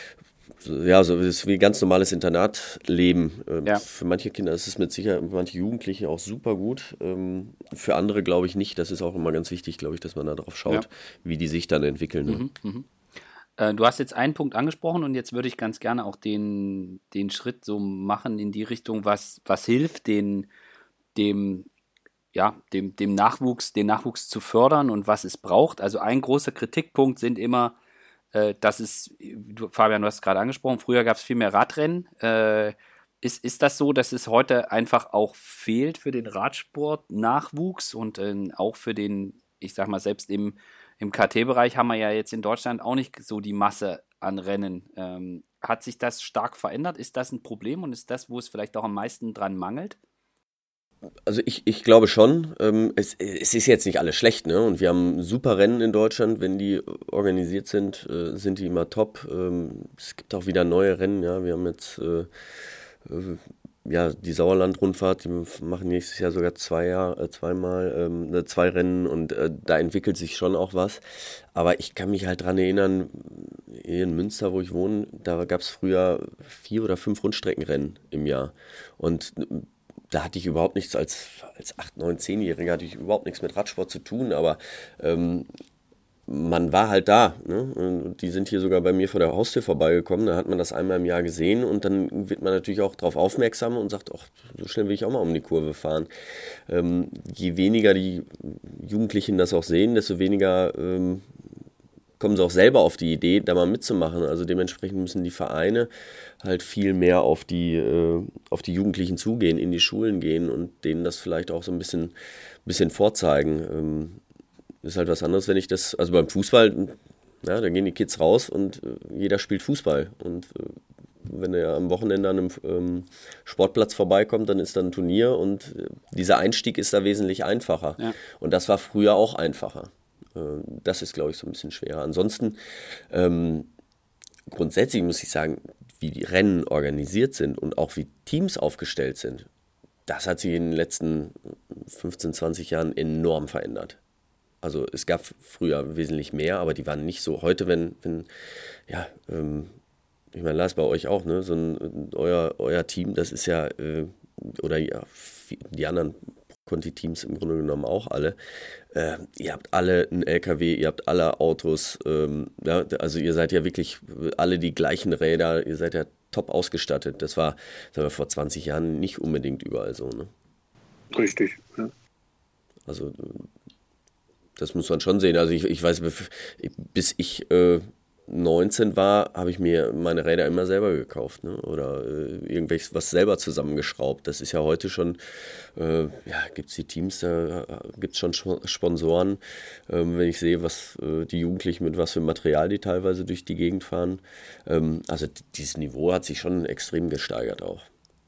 ja, so ist wie ganz normales Internatleben. Ähm, Ja. Für manche Kinder ist es mit Sicherheit, manche Jugendliche auch super gut. Ähm, für andere glaube ich nicht. Das ist auch immer ganz wichtig, glaube ich, dass man da drauf schaut, Ja. wie die sich dann entwickeln. Ne? Mhm. Mhm. Äh, du hast jetzt einen Punkt angesprochen und jetzt würde ich ganz gerne auch den, den Schritt so machen in die Richtung, was, was hilft, den, dem, ja, dem, dem Nachwuchs, den Nachwuchs zu fördern und was es braucht. Also ein großer Kritikpunkt sind immer, äh, dass es, du, Fabian, du hast es gerade angesprochen, früher gab es viel mehr Radrennen. Äh, ist, ist das so, dass es heute einfach auch fehlt für den Radsport-Nachwuchs und äh, auch für den, ich sag mal, selbst im, im K T-Bereich haben wir ja jetzt in Deutschland auch nicht so die Masse an Rennen. Ähm, hat sich das stark verändert? Ist das ein Problem und ist das, wo es vielleicht auch am meisten dran mangelt? Also ich, ich glaube schon, ähm, es, es ist jetzt nicht alles schlecht, ne? Und wir haben super Rennen in Deutschland, wenn die organisiert sind, äh, sind die immer top. Ähm, es gibt auch wieder neue Rennen, ja. Wir haben jetzt äh, äh, ja die Sauerland-Rundfahrt, die machen nächstes Jahr sogar zwei Jahr, äh, zweimal ähm, äh, zwei Rennen und äh, da entwickelt sich schon auch was. Aber ich kann mich halt dran erinnern, hier in Münster, wo ich wohne, da gab es früher vier oder fünf Rundstreckenrennen im Jahr. Und da hatte ich überhaupt nichts als, als acht, neun, zehn-Jähriger, hatte ich überhaupt nichts mit Radsport zu tun, aber ähm, man war halt da. Ne? Und die sind hier sogar bei mir vor der Haustür vorbeigekommen. Da hat man das einmal im Jahr gesehen und dann wird man natürlich auch darauf aufmerksam und sagt, ach, so schnell will ich auch mal um die Kurve fahren. Ähm, je weniger die Jugendlichen das auch sehen, desto weniger ähm, kommen sie auch selber auf die Idee, da mal mitzumachen. Also dementsprechend müssen die Vereine halt viel mehr auf die, äh, auf die Jugendlichen zugehen, in die Schulen gehen und denen das vielleicht auch so ein bisschen, bisschen vorzeigen. Ähm, ist halt was anderes, wenn ich das, also beim Fußball, ja, da gehen die Kids raus und äh, jeder spielt Fußball. Und äh, wenn er am Wochenende an einem ähm, Sportplatz vorbeikommt, dann ist da ein Turnier und äh, dieser Einstieg ist da wesentlich einfacher. Ja. Und das war früher auch einfacher. Äh, das ist, glaube ich, so ein bisschen schwerer. Ansonsten, ähm, grundsätzlich muss ich sagen, wie die Rennen organisiert sind und auch wie Teams aufgestellt sind, das hat sich in den letzten fünfzehn, zwanzig Jahren enorm verändert. Also es gab früher wesentlich mehr, aber die waren nicht so. Heute, wenn, wenn ja, ähm, ich meine, Lars, bei euch auch, ne, so ein, euer, euer Team, das ist ja, äh, oder ja, die anderen Conti-Teams im Grunde genommen auch alle, äh, ihr habt alle einen L K W, ihr habt alle Autos, ähm, ja, also ihr seid ja wirklich alle die gleichen Räder, ihr seid ja top ausgestattet. Das war, sagen wir, vor zwanzig Jahren nicht unbedingt überall so, ne? Richtig, ja. Also das muss man schon sehen. Also ich, ich weiß, bis ich äh, neunzehn war, habe ich mir meine Räder immer selber gekauft, ne? Oder äh, irgendwelches was selber zusammengeschraubt. Das ist ja heute schon, äh, ja, gibt es die Teams, da gibt es schon Sponsoren. Ähm, wenn ich sehe, was äh, die Jugendlichen mit was für Material die teilweise durch die Gegend fahren. Ähm, also dieses Niveau hat sich schon extrem gesteigert auch.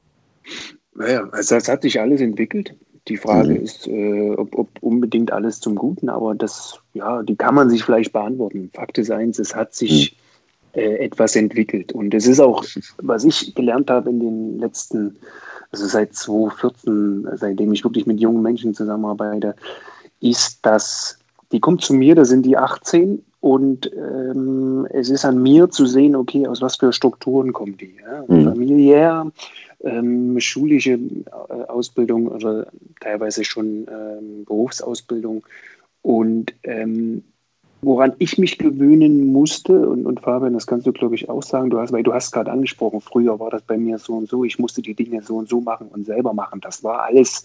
Naja, also das hat sich alles entwickelt. Die Frage mhm. ist, äh, ob, ob unbedingt alles zum Guten, aber das, ja, die kann man sich vielleicht beantworten. Fakt ist eins, es hat sich mhm. äh, etwas entwickelt. Und es ist auch, was ich gelernt habe in den letzten, also seit zweitausendvierzehn, seitdem ich wirklich mit jungen Menschen zusammenarbeite, ist, dass die kommen zu mir, da sind die achtzehn und ähm, es ist an mir zu sehen, okay, aus was für Strukturen kommen die. Ja? Mhm. Familiär, ähm, schulische äh, Ausbildung oder teilweise schon ähm, Berufsausbildung. Und ähm, woran ich mich gewöhnen musste, und, und Fabian, das kannst du, glaube ich, auch sagen, du hast, weil du hast gerade angesprochen, früher war das bei mir so und so, ich musste die Dinge so und so machen und selber machen. Das war alles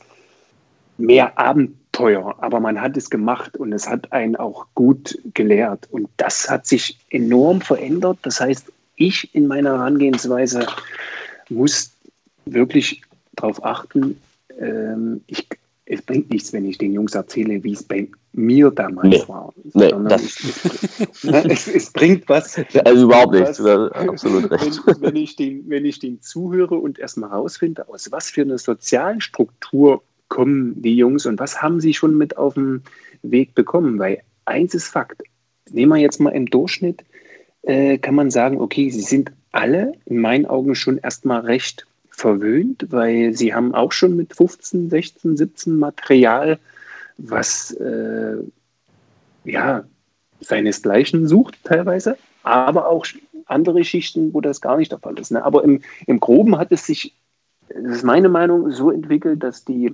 mehr Abenteuer, aber man hat es gemacht und es hat einen auch gut gelehrt. Und das hat sich enorm verändert. Das heißt, ich in meiner Herangehensweise muss wirklich darauf achten, ähm, ich, es bringt nichts, wenn ich den Jungs erzähle, wie es bei mir damals nee. war. Nee, das es, es, es bringt was. Also überhaupt nichts, absolut recht. Wenn, wenn, ich den, wenn ich den zuhöre und erstmal rausfinde, aus was für einer sozialen Struktur kommen die Jungs und was haben sie schon mit auf den Weg bekommen? Weil eins ist Fakt, nehmen wir jetzt mal im Durchschnitt, äh, kann man sagen, okay, sie sind alle in meinen Augen schon erstmal recht verwöhnt, weil sie haben auch schon mit fünfzehn, sechzehn, siebzehn Material, was äh, ja seinesgleichen sucht teilweise, aber auch andere Schichten, wo das gar nicht der Fall ist. Ne? Aber im, im Groben hat es sich, das ist meine Meinung, so entwickelt, dass die,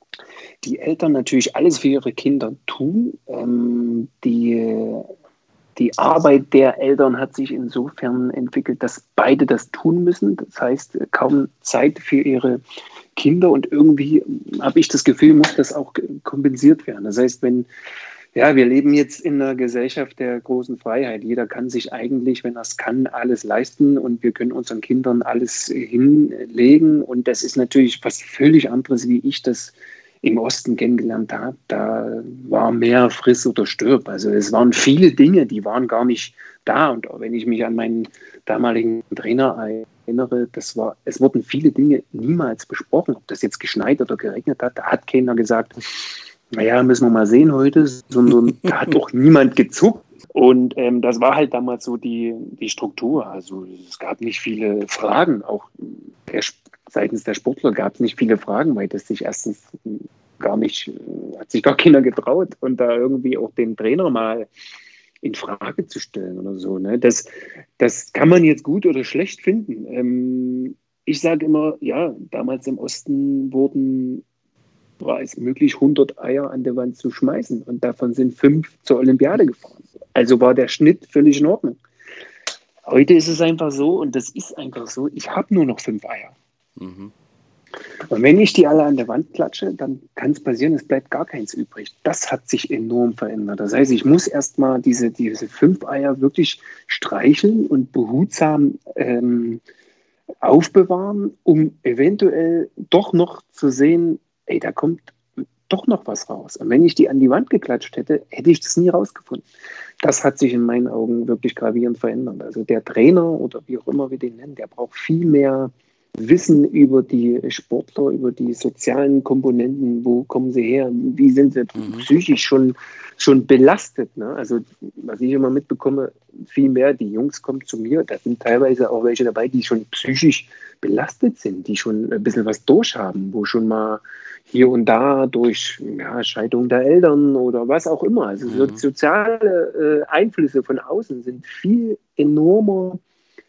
die Eltern natürlich alles für ihre Kinder tun. Ähm, die Die Arbeit der Eltern hat sich insofern entwickelt, dass beide das tun müssen. Das heißt, kaum Zeit für ihre Kinder und irgendwie habe ich das Gefühl, muss das auch kompensiert werden. Das heißt, wenn, ja, wir leben jetzt in einer Gesellschaft der großen Freiheit. Jeder kann sich eigentlich, wenn er es kann, alles leisten und wir können unseren Kindern alles hinlegen. Und das ist natürlich was völlig anderes, wie ich das im Osten kennengelernt habe. Da war mehr friss oder stirb. Also es waren viele Dinge, die waren gar nicht da. Und auch wenn ich mich an meinen damaligen Trainer erinnere, das war, es wurden viele Dinge niemals besprochen. Ob das jetzt geschneit oder geregnet hat, da hat keiner gesagt, naja, müssen wir mal sehen heute, sondern da hat auch niemand gezuckt. Und ähm, das war halt damals so die, die Struktur. Also es gab nicht viele Fragen, auch der seitens der Sportler gab es nicht viele Fragen, weil das sich erstens gar nicht, hat sich gar keiner getraut und da irgendwie auch den Trainer mal in Frage zu stellen oder so. Ne? Das, das kann man jetzt gut oder schlecht finden. Ähm, ich sage immer, ja, damals im Osten wurden, war es möglich, hundert Eier an der Wand zu schmeißen und davon sind fünf zur Olympiade gefahren. Also war der Schnitt völlig in Ordnung. Heute ist es einfach so, und das ist einfach so, ich habe nur noch fünf Eier. Mhm. Und wenn ich die alle an der Wand klatsche, dann kann es passieren, es bleibt gar keins übrig. Das hat sich enorm verändert. Das heißt, ich muss erstmal diese, diese fünf Eier wirklich streicheln und behutsam ähm, aufbewahren, um eventuell doch noch zu sehen, ey, da kommt doch noch was raus. Und wenn ich die an die Wand geklatscht hätte, hätte ich das nie rausgefunden. Das hat sich in meinen Augen wirklich gravierend verändert. Also der Trainer oder wie auch immer wir den nennen, der braucht viel mehr Wissen über die Sportler, über die sozialen Komponenten, wo kommen sie her, wie sind sie mhm. psychisch schon, schon belastet. Ne? Also was ich immer mitbekomme, viel mehr, die Jungs kommen zu mir, da sind teilweise auch welche dabei, die schon psychisch belastet sind, die schon ein bisschen was durchhaben, wo schon mal hier und da durch ja, Scheidung der Eltern oder was auch immer. Also mhm. soziale äh, Einflüsse von außen sind viel enormer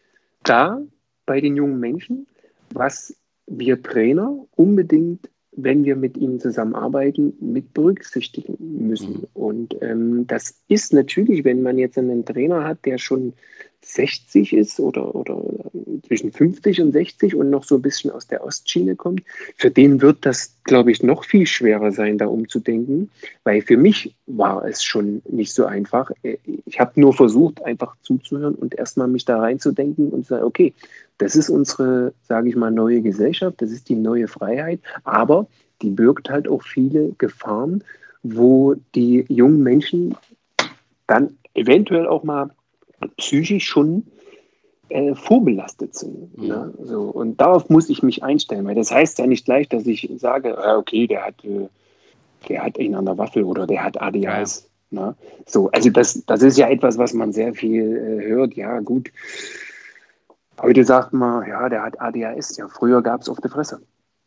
da bei den jungen Menschen, was wir Trainer unbedingt, wenn wir mit ihnen zusammenarbeiten, mit berücksichtigen müssen. Mhm. Und ähm, das ist natürlich, wenn man jetzt einen Trainer hat, der schon sechzig ist oder, oder zwischen fünfzig und sechzig und noch so ein bisschen aus der Ostschiene kommt, für den wird das, glaube ich, noch viel schwerer sein, da umzudenken, weil für mich war es schon nicht so einfach. Ich habe nur versucht, einfach zuzuhören und erstmal mich da reinzudenken und zu sagen, okay, das ist unsere, sage ich mal, neue Gesellschaft, das ist die neue Freiheit, aber die birgt halt auch viele Gefahren, wo die jungen Menschen dann eventuell auch mal psychisch schon äh, vorbelastet sind. Mhm. Ne? So, und darauf muss ich mich einstellen, weil das heißt ja nicht gleich, dass ich sage, äh, okay, der hat, äh, der hat ihn an der Waffel oder der hat A D H S. Ja. Ne? So, also das, das ist ja etwas, was man sehr viel äh, hört. Ja, gut. Heute sagt man, ja, der hat A D H S. Ja, früher gab es auf der Fresse.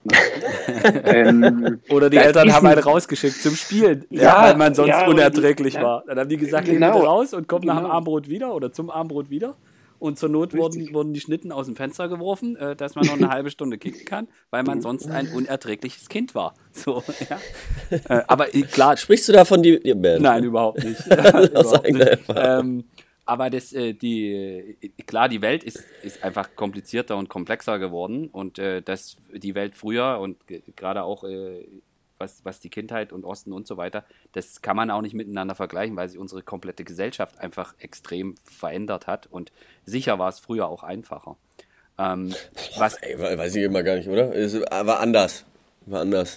ähm, Oder die Eltern haben einen rausgeschickt zum Spielen, ja, weil man sonst ja, unerträglich die, ja. war. Dann haben die gesagt, genau. Geh bitte raus und komm genau. nach dem Armbrot wieder oder zum Armbrot wieder. Und zur Not wurden, wurden die Schnitten aus dem Fenster geworfen, äh, dass man noch eine halbe Stunde kicken kann, weil man sonst ein unerträgliches Kind war. So, ja. äh, aber äh, klar. Sprichst du da von die, die Band? Nein, überhaupt nicht. überhaupt nicht. Ähm, aber das, äh, die, klar, die Welt ist, ist einfach komplizierter und komplexer geworden und äh, das, die Welt früher und g- gerade auch äh, was, was die Kindheit und Osten und so weiter, das kann man auch nicht miteinander vergleichen, weil sich unsere komplette Gesellschaft einfach extrem verändert hat und sicher war es früher auch einfacher. Ähm, was Ey, weiß ich immer gar nicht, oder? Es war anders. War anders.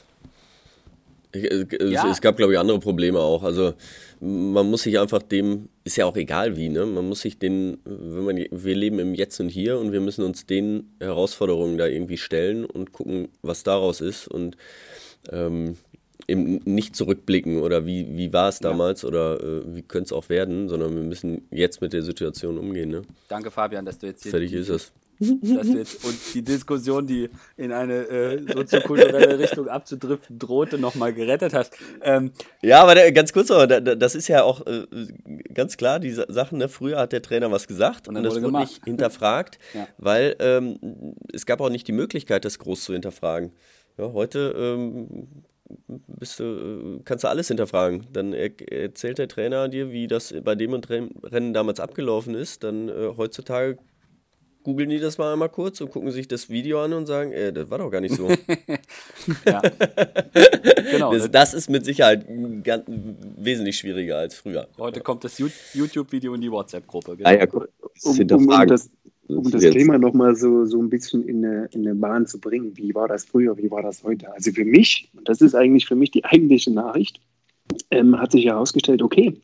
Es, ja. es gab, glaube ich, andere Probleme auch. Also man muss sich einfach dem, ist ja auch egal wie, ne? Man muss sich den, wenn man, wir leben im Jetzt und Hier und wir müssen uns den Herausforderungen da irgendwie stellen und gucken, was daraus ist und ähm, eben nicht zurückblicken oder wie, wie war es damals ja. oder äh, wie könnte es auch werden, sondern wir müssen jetzt mit der Situation umgehen. Ne? Danke, Fabian, dass du jetzt hier fertig ist es. Dass du jetzt und die Diskussion, die in eine äh, soziokulturelle Richtung abzudriften drohte, nochmal gerettet hast. Ähm, ja, aber der, ganz kurz, aber das ist ja auch äh, ganz klar, die Sachen, ne? Früher hat der Trainer was gesagt und, und das wurde gemacht. Nicht hinterfragt, ja. weil ähm, es gab auch nicht die Möglichkeit, das groß zu hinterfragen. Ja, heute ähm, bist du, kannst du alles hinterfragen. Dann er, erzählt der Trainer dir, wie das bei dem und Rennen damals abgelaufen ist. Dann äh, heutzutage googeln die das mal einmal kurz und gucken sich das Video an und sagen, äh, das war doch gar nicht so. ja. genau. Das, das ist mit Sicherheit ganz, wesentlich schwieriger als früher. Heute kommt das YouTube-Video in die WhatsApp-Gruppe. Genau. Ah, ja, cool. um, um, um das, um das Thema nochmal so, so ein bisschen in eine, in eine Bahn zu bringen. Wie war das früher, wie war das heute? Also für mich, und das ist eigentlich für mich die eigentliche Nachricht, ähm, hat sich herausgestellt, okay,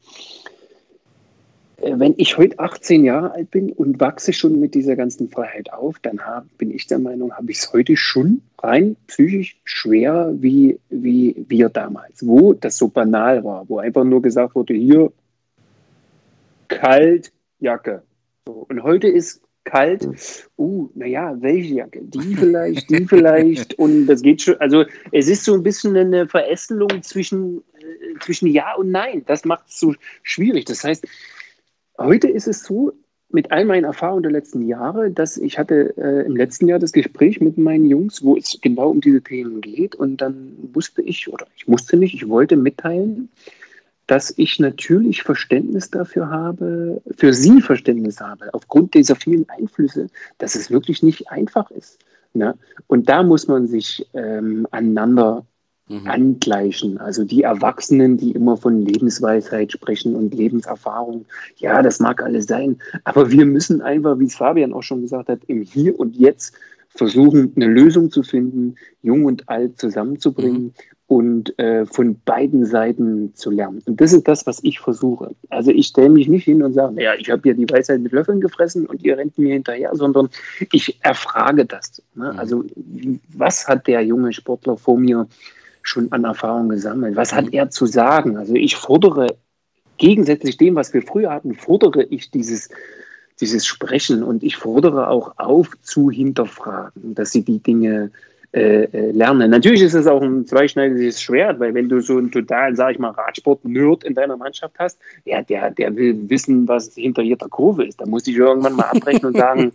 wenn ich heute achtzehn Jahre alt bin und wachse schon mit dieser ganzen Freiheit auf, dann hab, bin ich der Meinung, habe ich es heute schon rein psychisch schwerer wie, wie wir damals, wo das so banal war, wo einfach nur gesagt wurde, hier kalt, Jacke. So, und heute ist kalt, uh, naja, welche Jacke? Die vielleicht, die vielleicht und das geht schon, also es ist so ein bisschen eine Verästelung zwischen, äh, zwischen Ja und Nein. Das macht es so schwierig. Das heißt, heute ist es so, mit all meinen Erfahrungen der letzten Jahre, dass ich hatte äh, im letzten Jahr das Gespräch mit meinen Jungs, wo es genau um diese Themen geht und dann wusste ich, oder ich musste nicht, ich wollte mitteilen, dass ich natürlich Verständnis dafür habe, für sie Verständnis habe, aufgrund dieser vielen Einflüsse, dass es wirklich nicht einfach ist. Ne? Und da muss man sich ähm, aneinander mhm. angleichen. Also die Erwachsenen, die immer von Lebensweisheit sprechen und Lebenserfahrung, ja, das mag alles sein, aber wir müssen einfach, wie es Fabian auch schon gesagt hat, im Hier und Jetzt versuchen, eine Lösung zu finden, Jung und Alt zusammenzubringen mhm. und äh, von beiden Seiten zu lernen. Und das ist das, was ich versuche. Also ich stelle mich nicht hin und sage, naja, ich habe ja die Weisheit mit Löffeln gefressen und ihr rennt mir hinterher, sondern ich erfrage das. Ne? Mhm. Also was hat der junge Sportler vor mir schon an Erfahrung gesammelt? Was hat er zu sagen? Also ich fordere, gegensätzlich dem, was wir früher hatten, fordere ich dieses dieses Sprechen und ich fordere auch auf, zu hinterfragen, dass sie die Dinge äh, lernen. Natürlich ist es auch ein zweischneidiges Schwert, weil wenn du so einen totalen, sag ich mal, Radsport-Nerd in deiner Mannschaft hast, ja, der, der will wissen, was hinter jeder Kurve ist. Da muss ich irgendwann mal abbrechen und sagen,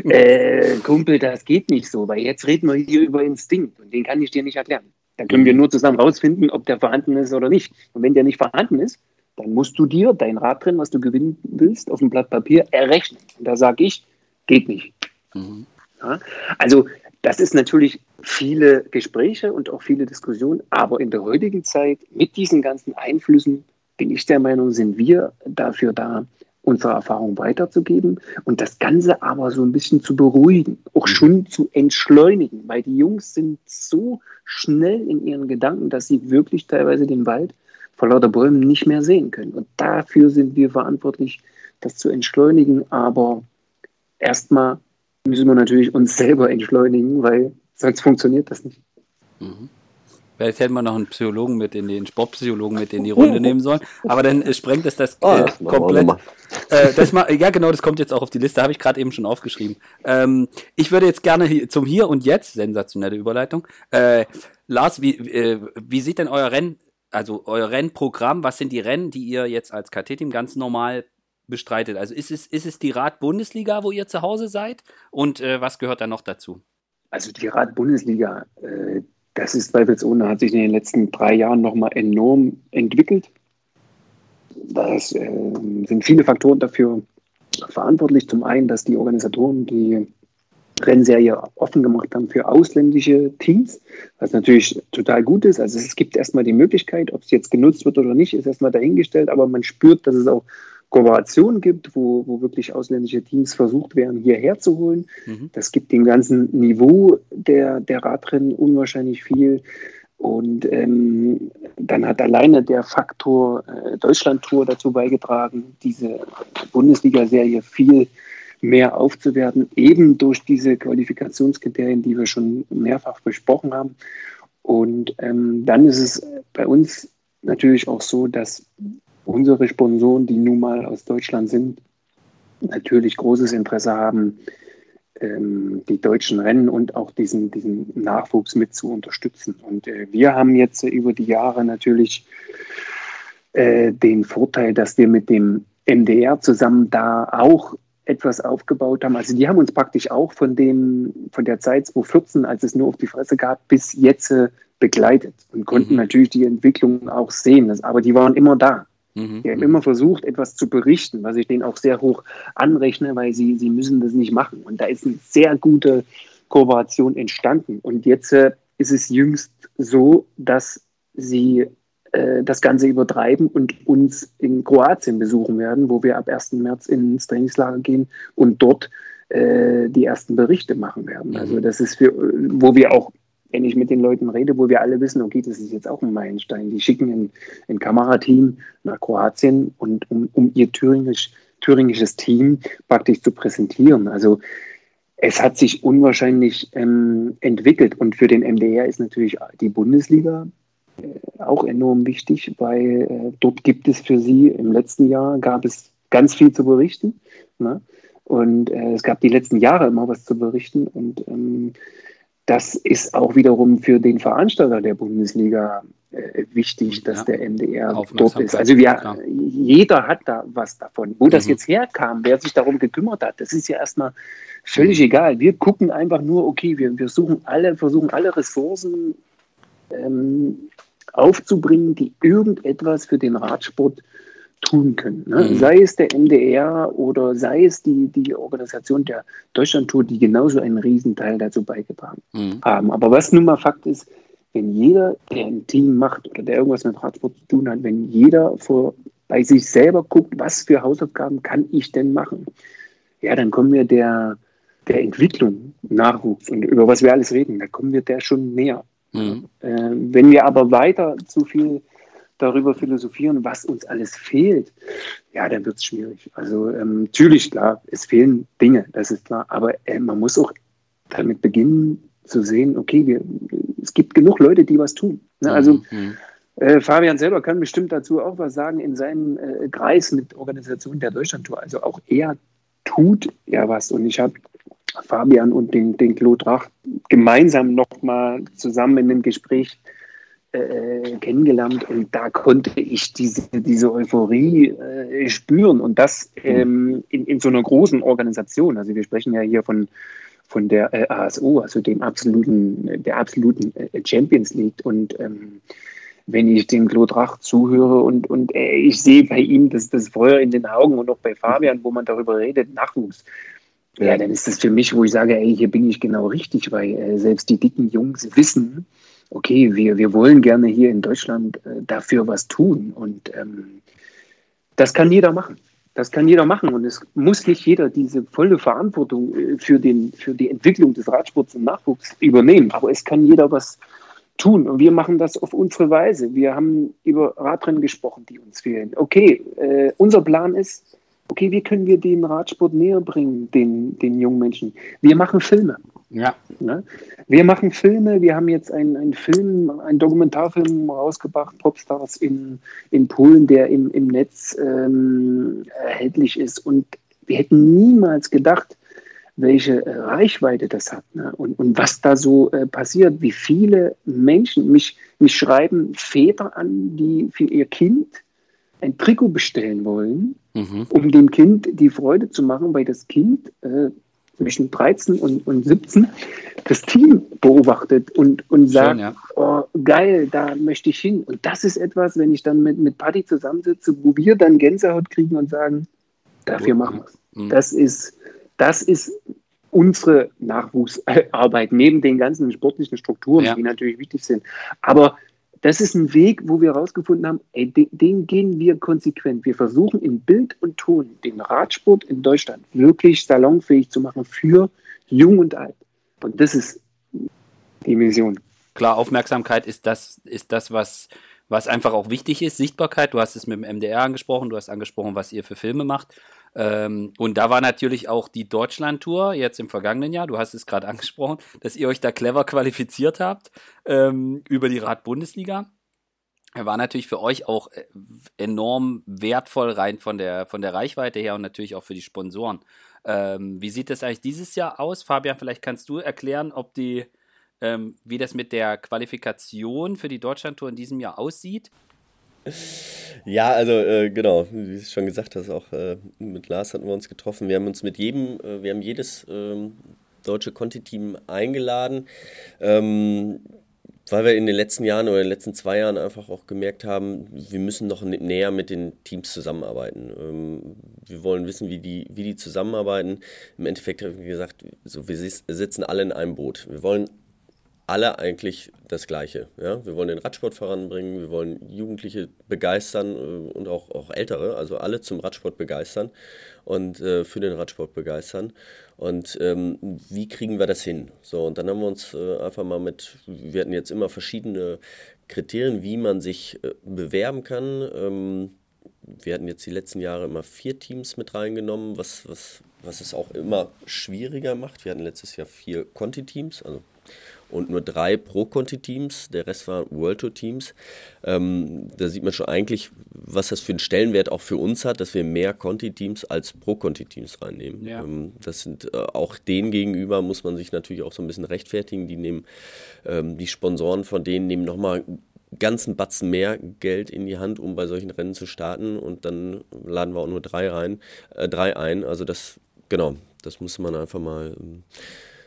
äh, Kumpel, das geht nicht so, weil jetzt reden wir hier über Instinkt und den kann ich dir nicht erklären. Da können wir nur zusammen rausfinden, ob der vorhanden ist oder nicht. Und wenn der nicht vorhanden ist, dann musst du dir dein Radrennen, was du gewinnen willst, auf dem Blatt Papier errechnen. Und da sage ich, geht nicht. Mhm. Ja, also das ist natürlich viele Gespräche und auch viele Diskussionen, aber in der heutigen Zeit mit diesen ganzen Einflüssen bin ich der Meinung, sind wir dafür da, unsere Erfahrung weiterzugeben und das Ganze aber so ein bisschen zu beruhigen, auch schon zu entschleunigen, weil die Jungs sind so schnell in ihren Gedanken, dass sie wirklich teilweise den Wald vor lauter Bäumen nicht mehr sehen können. Und dafür sind wir verantwortlich, das zu entschleunigen. Aber erstmal müssen wir natürlich uns selber entschleunigen, weil sonst funktioniert das nicht. Mhm. Vielleicht hätten wir noch einen Psychologen mit in den Sportpsychologen mit in die Runde nehmen sollen. Aber dann äh, sprengt es das äh, oh, komplett. Äh, das mal, ja, genau, das kommt jetzt auch auf die Liste, habe ich gerade eben schon aufgeschrieben. Ähm, ich würde jetzt gerne hier, zum Hier und Jetzt, sensationelle Überleitung. Äh, Lars, wie, äh, wie sieht denn euer Rennen Also euer Rennprogramm, was sind die Rennen, die ihr jetzt als K T-Team ganz normal bestreitet? Also ist es, ist es die Rad-Bundesliga, wo ihr zu Hause seid? Und äh, was gehört da noch dazu? Also die Rad-Bundesliga, äh, das ist zweifelsohne, hat sich in den letzten drei Jahren nochmal enorm entwickelt. Das äh, sind viele Faktoren dafür verantwortlich. Zum einen, dass die Organisatoren die Rennserie offen gemacht haben für ausländische Teams, was natürlich total gut ist. Also es gibt erstmal die Möglichkeit, ob es jetzt genutzt wird oder nicht, ist erstmal dahingestellt, aber man spürt, dass es auch Kooperationen gibt, wo, wo wirklich ausländische Teams versucht werden, hierher zu holen. Mhm. Das gibt dem ganzen Niveau der, der Radrennen unwahrscheinlich viel. Und ähm, dann hat alleine der Faktor äh, Deutschland-Tour dazu beigetragen, diese Bundesliga-Serie viel mehr aufzuwerten, eben durch diese Qualifikationskriterien, die wir schon mehrfach besprochen haben. Und ähm, dann ist es bei uns natürlich auch so, dass unsere Sponsoren, die nun mal aus Deutschland sind, natürlich großes Interesse haben, ähm, die deutschen Rennen und auch diesen, diesen Nachwuchs mit zu unterstützen. Und äh, wir haben jetzt äh, über die Jahre natürlich äh, den Vorteil, dass wir mit dem M D R zusammen da auch etwas aufgebaut haben. Also die haben uns praktisch auch von dem, von der Zeit zweitausendvierzehn, als es nur auf die Fresse gab, bis jetzt äh, begleitet und konnten mhm. natürlich die Entwicklung auch sehen. Das, aber die waren immer da. Mhm. Die haben immer versucht, etwas zu berichten, was ich denen auch sehr hoch anrechne, weil sie, sie müssen das nicht machen. Und da ist eine sehr gute Kooperation entstanden. Und jetzt äh, ist es jüngst so, dass sie äh, das Ganze übertreiben und uns in Kroatien besuchen werden, wo wir ab ersten März ins Trainingslager gehen und dort äh, die ersten Berichte machen werden. Mhm. Also das ist für, wo wir auch, wenn ich mit den Leuten rede, wo wir alle wissen, okay, das ist jetzt auch ein Meilenstein. Die schicken ein, ein Kamerateam nach Kroatien, und um, um ihr thüringisch, thüringisches Team praktisch zu präsentieren. Also es hat sich unwahrscheinlich ähm, entwickelt. Und für den M D R ist natürlich die Bundesliga äh, auch enorm wichtig, weil äh, dort gibt es für sie, im letzten Jahr gab es ganz viel zu berichten. Ne? Und äh, es gab die letzten Jahre immer was zu berichten. Und ähm, das ist auch wiederum für den Veranstalter der Bundesliga äh, wichtig, dass ja, der M D R dort ist. Also wir, jeder hat da was davon. Wo mhm. das jetzt herkam, wer sich darum gekümmert hat, das ist ja erstmal völlig mhm. egal. Wir gucken einfach nur, okay, wir, wir suchen alle, versuchen alle Ressourcen ähm, aufzubringen, die irgendetwas für den Radsport tun können. Ne? Mhm. Sei es der M D R oder sei es die, die Organisation der Deutschlandtour, die genauso einen Riesenteil dazu beigetragen Mhm. haben. Aber was nun mal Fakt ist, wenn jeder, der ein Team macht oder der irgendwas mit Radsport zu tun hat, wenn jeder vor, bei sich selber guckt, was für Hausaufgaben kann ich denn machen, ja, dann kommen wir der, der Entwicklung, Nachwuchs und über was wir alles reden, da kommen wir der schon näher. Mhm. Äh, wenn wir aber weiter zu viel darüber philosophieren, was uns alles fehlt, ja, dann wird es schwierig. Also ähm, natürlich, klar, es fehlen Dinge, das ist klar, aber äh, man muss auch damit beginnen zu sehen, okay, wir, es gibt genug Leute, die was tun. Ne? Also Mhm. äh, Fabian selber kann bestimmt dazu auch was sagen in seinem äh, Kreis mit Organisation der Deutschlandtour. Also auch er tut ja was und ich habe Fabian und den, den Claude Rach gemeinsam nochmal zusammen in einem Gespräch äh, kennengelernt und da konnte ich diese, diese Euphorie äh, spüren und das ähm, in, in so einer großen Organisation. Also wir sprechen ja hier von, von der äh, A S O, also dem absoluten, der absoluten äh, Champions League und ähm, wenn ich dem Claude Rach zuhöre und, und äh, ich sehe bei ihm das, das Feuer in den Augen und auch bei Fabian, wo man darüber redet, Nachwuchs. Ja, dann ist das für mich, wo ich sage, ey, hier bin ich genau richtig, weil äh, selbst die dicken Jungs wissen, okay, wir, wir wollen gerne hier in Deutschland äh, dafür was tun. Und ähm, das kann jeder machen. Das kann jeder machen. Und es muss nicht jeder diese volle Verantwortung äh, für, den, für die Entwicklung des Radsports im Nachwuchs übernehmen. Aber es kann jeder was tun. Und wir machen das auf unsere Weise. Wir haben über Radrennen gesprochen, die uns fehlen. Okay, äh, unser Plan ist, okay, wie können wir den Radsport näher bringen, den, den jungen Menschen? Wir machen Filme. Ja. Ne? Wir machen Filme. Wir haben jetzt einen, einen Film, einen Dokumentarfilm rausgebracht, Popstars in, in Polen, der im, im Netz ähm, erhältlich ist. Und wir hätten niemals gedacht, welche äh, Reichweite das hat, ne? und, und was da so äh, passiert, wie viele Menschen mich, mich schreiben Väter an, die für ihr Kind ein Trikot bestellen wollen, mhm. um dem Kind die Freude zu machen, weil das Kind äh, zwischen dreizehn und, und siebzehn das Team beobachtet und, und sagt, Schön, ja. oh, geil, da möchte ich hin. Und das ist etwas, wenn ich dann mit, mit Paddy zusammensitze, wo wir dann Gänsehaut kriegen und sagen, dafür machen wir es. Mhm. Das ist, das ist unsere Nachwuchsarbeit, neben den ganzen sportlichen Strukturen, ja. die natürlich wichtig sind. Aber das ist ein Weg, wo wir herausgefunden haben, ey, den, den gehen wir konsequent. Wir versuchen in Bild und Ton den Radsport in Deutschland wirklich salonfähig zu machen für Jung und Alt. Und das ist die Mission. Klar, Aufmerksamkeit ist das, ist das was, was einfach auch wichtig ist. Sichtbarkeit, du hast es mit dem M D R angesprochen, du hast angesprochen, was ihr für Filme macht. Ähm, und da war natürlich auch die Deutschlandtour jetzt im vergangenen Jahr, du hast es gerade angesprochen, dass ihr euch da clever qualifiziert habt ähm, über die Rad-Bundesliga. War natürlich für euch auch enorm wertvoll rein von der, von der Reichweite her und natürlich auch für die Sponsoren. Ähm, wie sieht das eigentlich dieses Jahr aus? Fabian, vielleicht kannst du erklären, ob die, ähm, wie das mit der Qualifikation für die Deutschlandtour in diesem Jahr aussieht. Ja, also äh, genau, wie du schon gesagt hast, auch äh, mit Lars hatten wir uns getroffen. Wir haben uns mit jedem, äh, wir haben jedes äh, deutsche Conti-Team eingeladen, ähm, weil wir in den letzten Jahren oder in den letzten zwei Jahren einfach auch gemerkt haben, wir müssen noch näher mit den Teams zusammenarbeiten. Ähm, wir wollen wissen, wie die, wie die zusammenarbeiten. Im Endeffekt haben wir gesagt, so, wir sitzen alle in einem Boot. Wir wollen alle eigentlich das Gleiche. Ja? Wir wollen den Radsport voranbringen, wir wollen Jugendliche begeistern äh, und auch, auch Ältere, also alle zum Radsport begeistern und äh, für den Radsport begeistern. Und ähm, wie kriegen wir das hin? So, und dann haben wir uns äh, einfach mal mit, wir hatten jetzt immer verschiedene Kriterien, wie man sich äh, bewerben kann. Ähm, wir hatten jetzt die letzten Jahre immer vier Teams mit reingenommen, was, was, was es auch immer schwieriger macht. Wir hatten letztes Jahr vier Conti-Teams, also und nur drei Pro-Conti-Teams, der Rest waren World-Tour-Teams. Ähm, da sieht man schon eigentlich, was das für einen Stellenwert auch für uns hat, dass wir mehr Conti-Teams als Pro-Conti-Teams reinnehmen. Ja. Ähm, das sind äh, auch denen gegenüber, muss man sich natürlich auch so ein bisschen rechtfertigen. Die nehmen, ähm, die Sponsoren von denen nehmen nochmal ganzen Batzen mehr Geld in die Hand, um bei solchen Rennen zu starten. Und dann laden wir auch nur drei rein, äh, drei ein. Also das, genau, das muss man einfach mal ähm,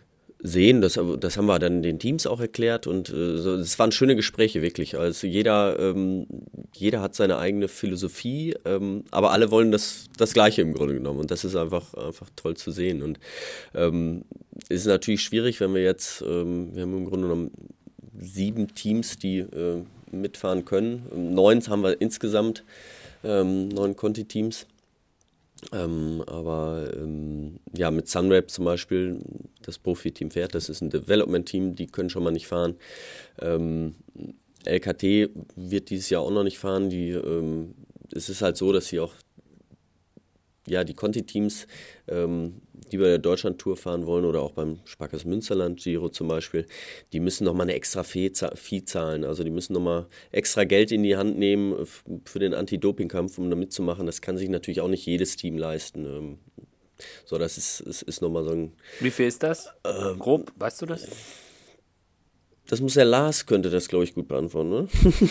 sehen. Das, das haben wir dann den Teams auch erklärt und äh, so, das waren schöne Gespräche wirklich. Also jeder, ähm, jeder hat seine eigene Philosophie, ähm, aber alle wollen das, das Gleiche im Grunde genommen und das ist einfach, einfach toll zu sehen. Und ähm, es ist natürlich schwierig, wenn wir jetzt, ähm, wir haben im Grunde genommen sieben Teams, die äh, mitfahren können. Neun haben wir insgesamt, ähm, neun Conti-Teams. Ähm, aber ähm, ja, mit Sunweb zum Beispiel, das Profiteam fährt, das ist ein Development-Team, die können schon mal nicht fahren. Ähm, L K T wird dieses Jahr auch noch nicht fahren. Die, ähm, es ist halt so, dass sie auch ja, die Conti-Teams, ähm, die bei der Deutschland-Tour fahren wollen oder auch beim Sparkassen Münsterland Giro zum Beispiel, die müssen nochmal eine extra Fee zahlen. Also die müssen nochmal extra Geld in die Hand nehmen für den Anti-Doping-Kampf, um da mitzumachen. Das kann sich natürlich auch nicht jedes Team leisten. So, das ist, ist, ist nochmal so ein... Wie viel ist das? Äh, Grob, weißt du das? Das muss der Lars, könnte das, glaube ich, gut beantworten, ne?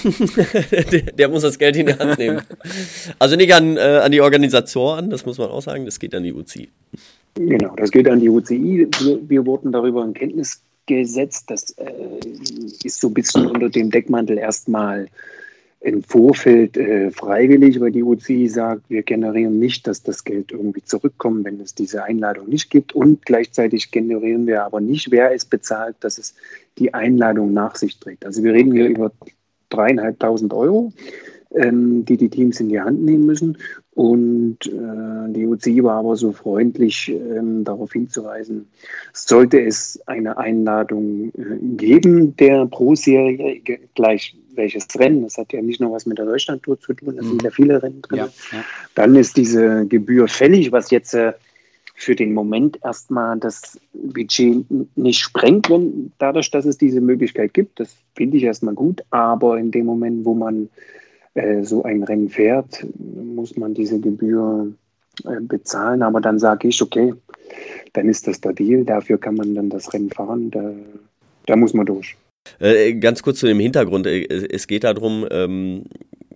der, der muss das Geld in die Hand nehmen. Also nicht an, äh, an die Organisatoren, das muss man auch sagen, das geht an die U C I. Genau, das geht an die U C I. Wir, wir wurden darüber in Kenntnis gesetzt. Das äh, ist so ein bisschen unter dem Deckmantel erstmal im Vorfeld äh, freiwillig, weil die U C I sagt, wir generieren nicht, dass das Geld irgendwie zurückkommt, wenn es diese Einladung nicht gibt. Und gleichzeitig generieren wir aber nicht, wer es bezahlt, dass es die Einladung nach sich trägt. Also wir reden hier über dreieinhalbtausend Euro, ähm, die die Teams in die Hand nehmen müssen. Und äh, die U C I war aber so freundlich, ähm, darauf hinzuweisen, sollte es eine Einladung äh, geben, der pro Serie gleich welches Rennen, das hat ja nicht nur was mit der Deutschlandtour zu tun, da sind ja viele Rennen drin, ja, ja. Dann ist diese Gebühr fällig, was jetzt äh, für den Moment erstmal das Budget nicht sprengt, wenn, dadurch, dass es diese Möglichkeit gibt. Das finde ich erstmal gut, aber in dem Moment, wo man äh, so ein Rennen fährt, muss man diese Gebühr äh, bezahlen, aber dann sage ich, okay, dann ist das der Deal, dafür kann man dann das Rennen fahren, da, da muss man durch. Äh, ganz kurz zu dem Hintergrund. Es geht darum, ähm,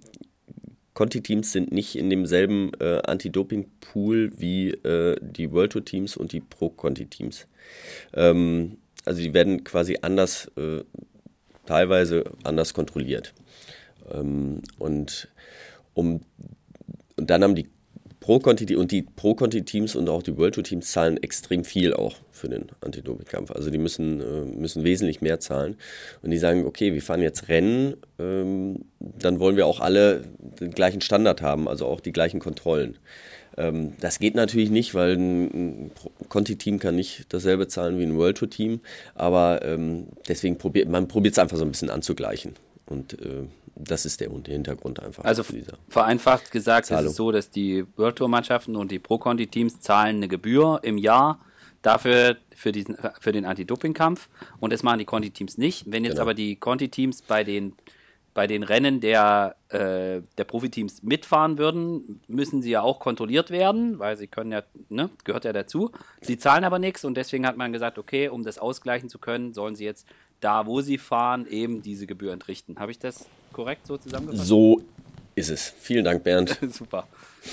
Conti-Teams sind nicht in demselben äh, Anti-Doping-Pool wie äh, die World Tour Teams und die Pro-Conti-Teams. Ähm, also die werden quasi anders, äh, teilweise anders kontrolliert. Ähm, und, um, und dann haben die Pro-Conti und die Pro-Conti-Teams und auch die World Tour Teams zahlen extrem viel auch für den Anti-Doping-Kampf. Also die müssen, äh, müssen wesentlich mehr zahlen. Und die sagen, okay, wir fahren jetzt Rennen, ähm, dann wollen wir auch alle den gleichen Standard haben, also auch die gleichen Kontrollen. Ähm, das geht natürlich nicht, weil ein, ein Conti-Team kann nicht dasselbe zahlen wie ein World Tour Team, aber ähm, deswegen probiert man probiert es einfach so ein bisschen anzugleichen. Und äh, das ist der Hintergrund einfach. Also vereinfacht gesagt Zahlung. Ist es so, dass die World Tour Mannschaften und die Pro-Conti-Teams zahlen eine Gebühr im Jahr dafür für, diesen, für den Anti-Doping-Kampf und das machen die Conti-Teams nicht. Wenn jetzt genau. aber die Conti-Teams bei den, bei den Rennen der, äh, der Profiteams mitfahren würden, müssen sie ja auch kontrolliert werden, weil sie können ja, ne, gehört ja dazu. Sie zahlen aber nichts und deswegen hat man gesagt, okay, um das ausgleichen zu können, sollen sie jetzt da, wo sie fahren, eben diese Gebühr entrichten. Habe ich das korrekt so zusammengefasst? So ist es. Vielen Dank, Bernd. Super.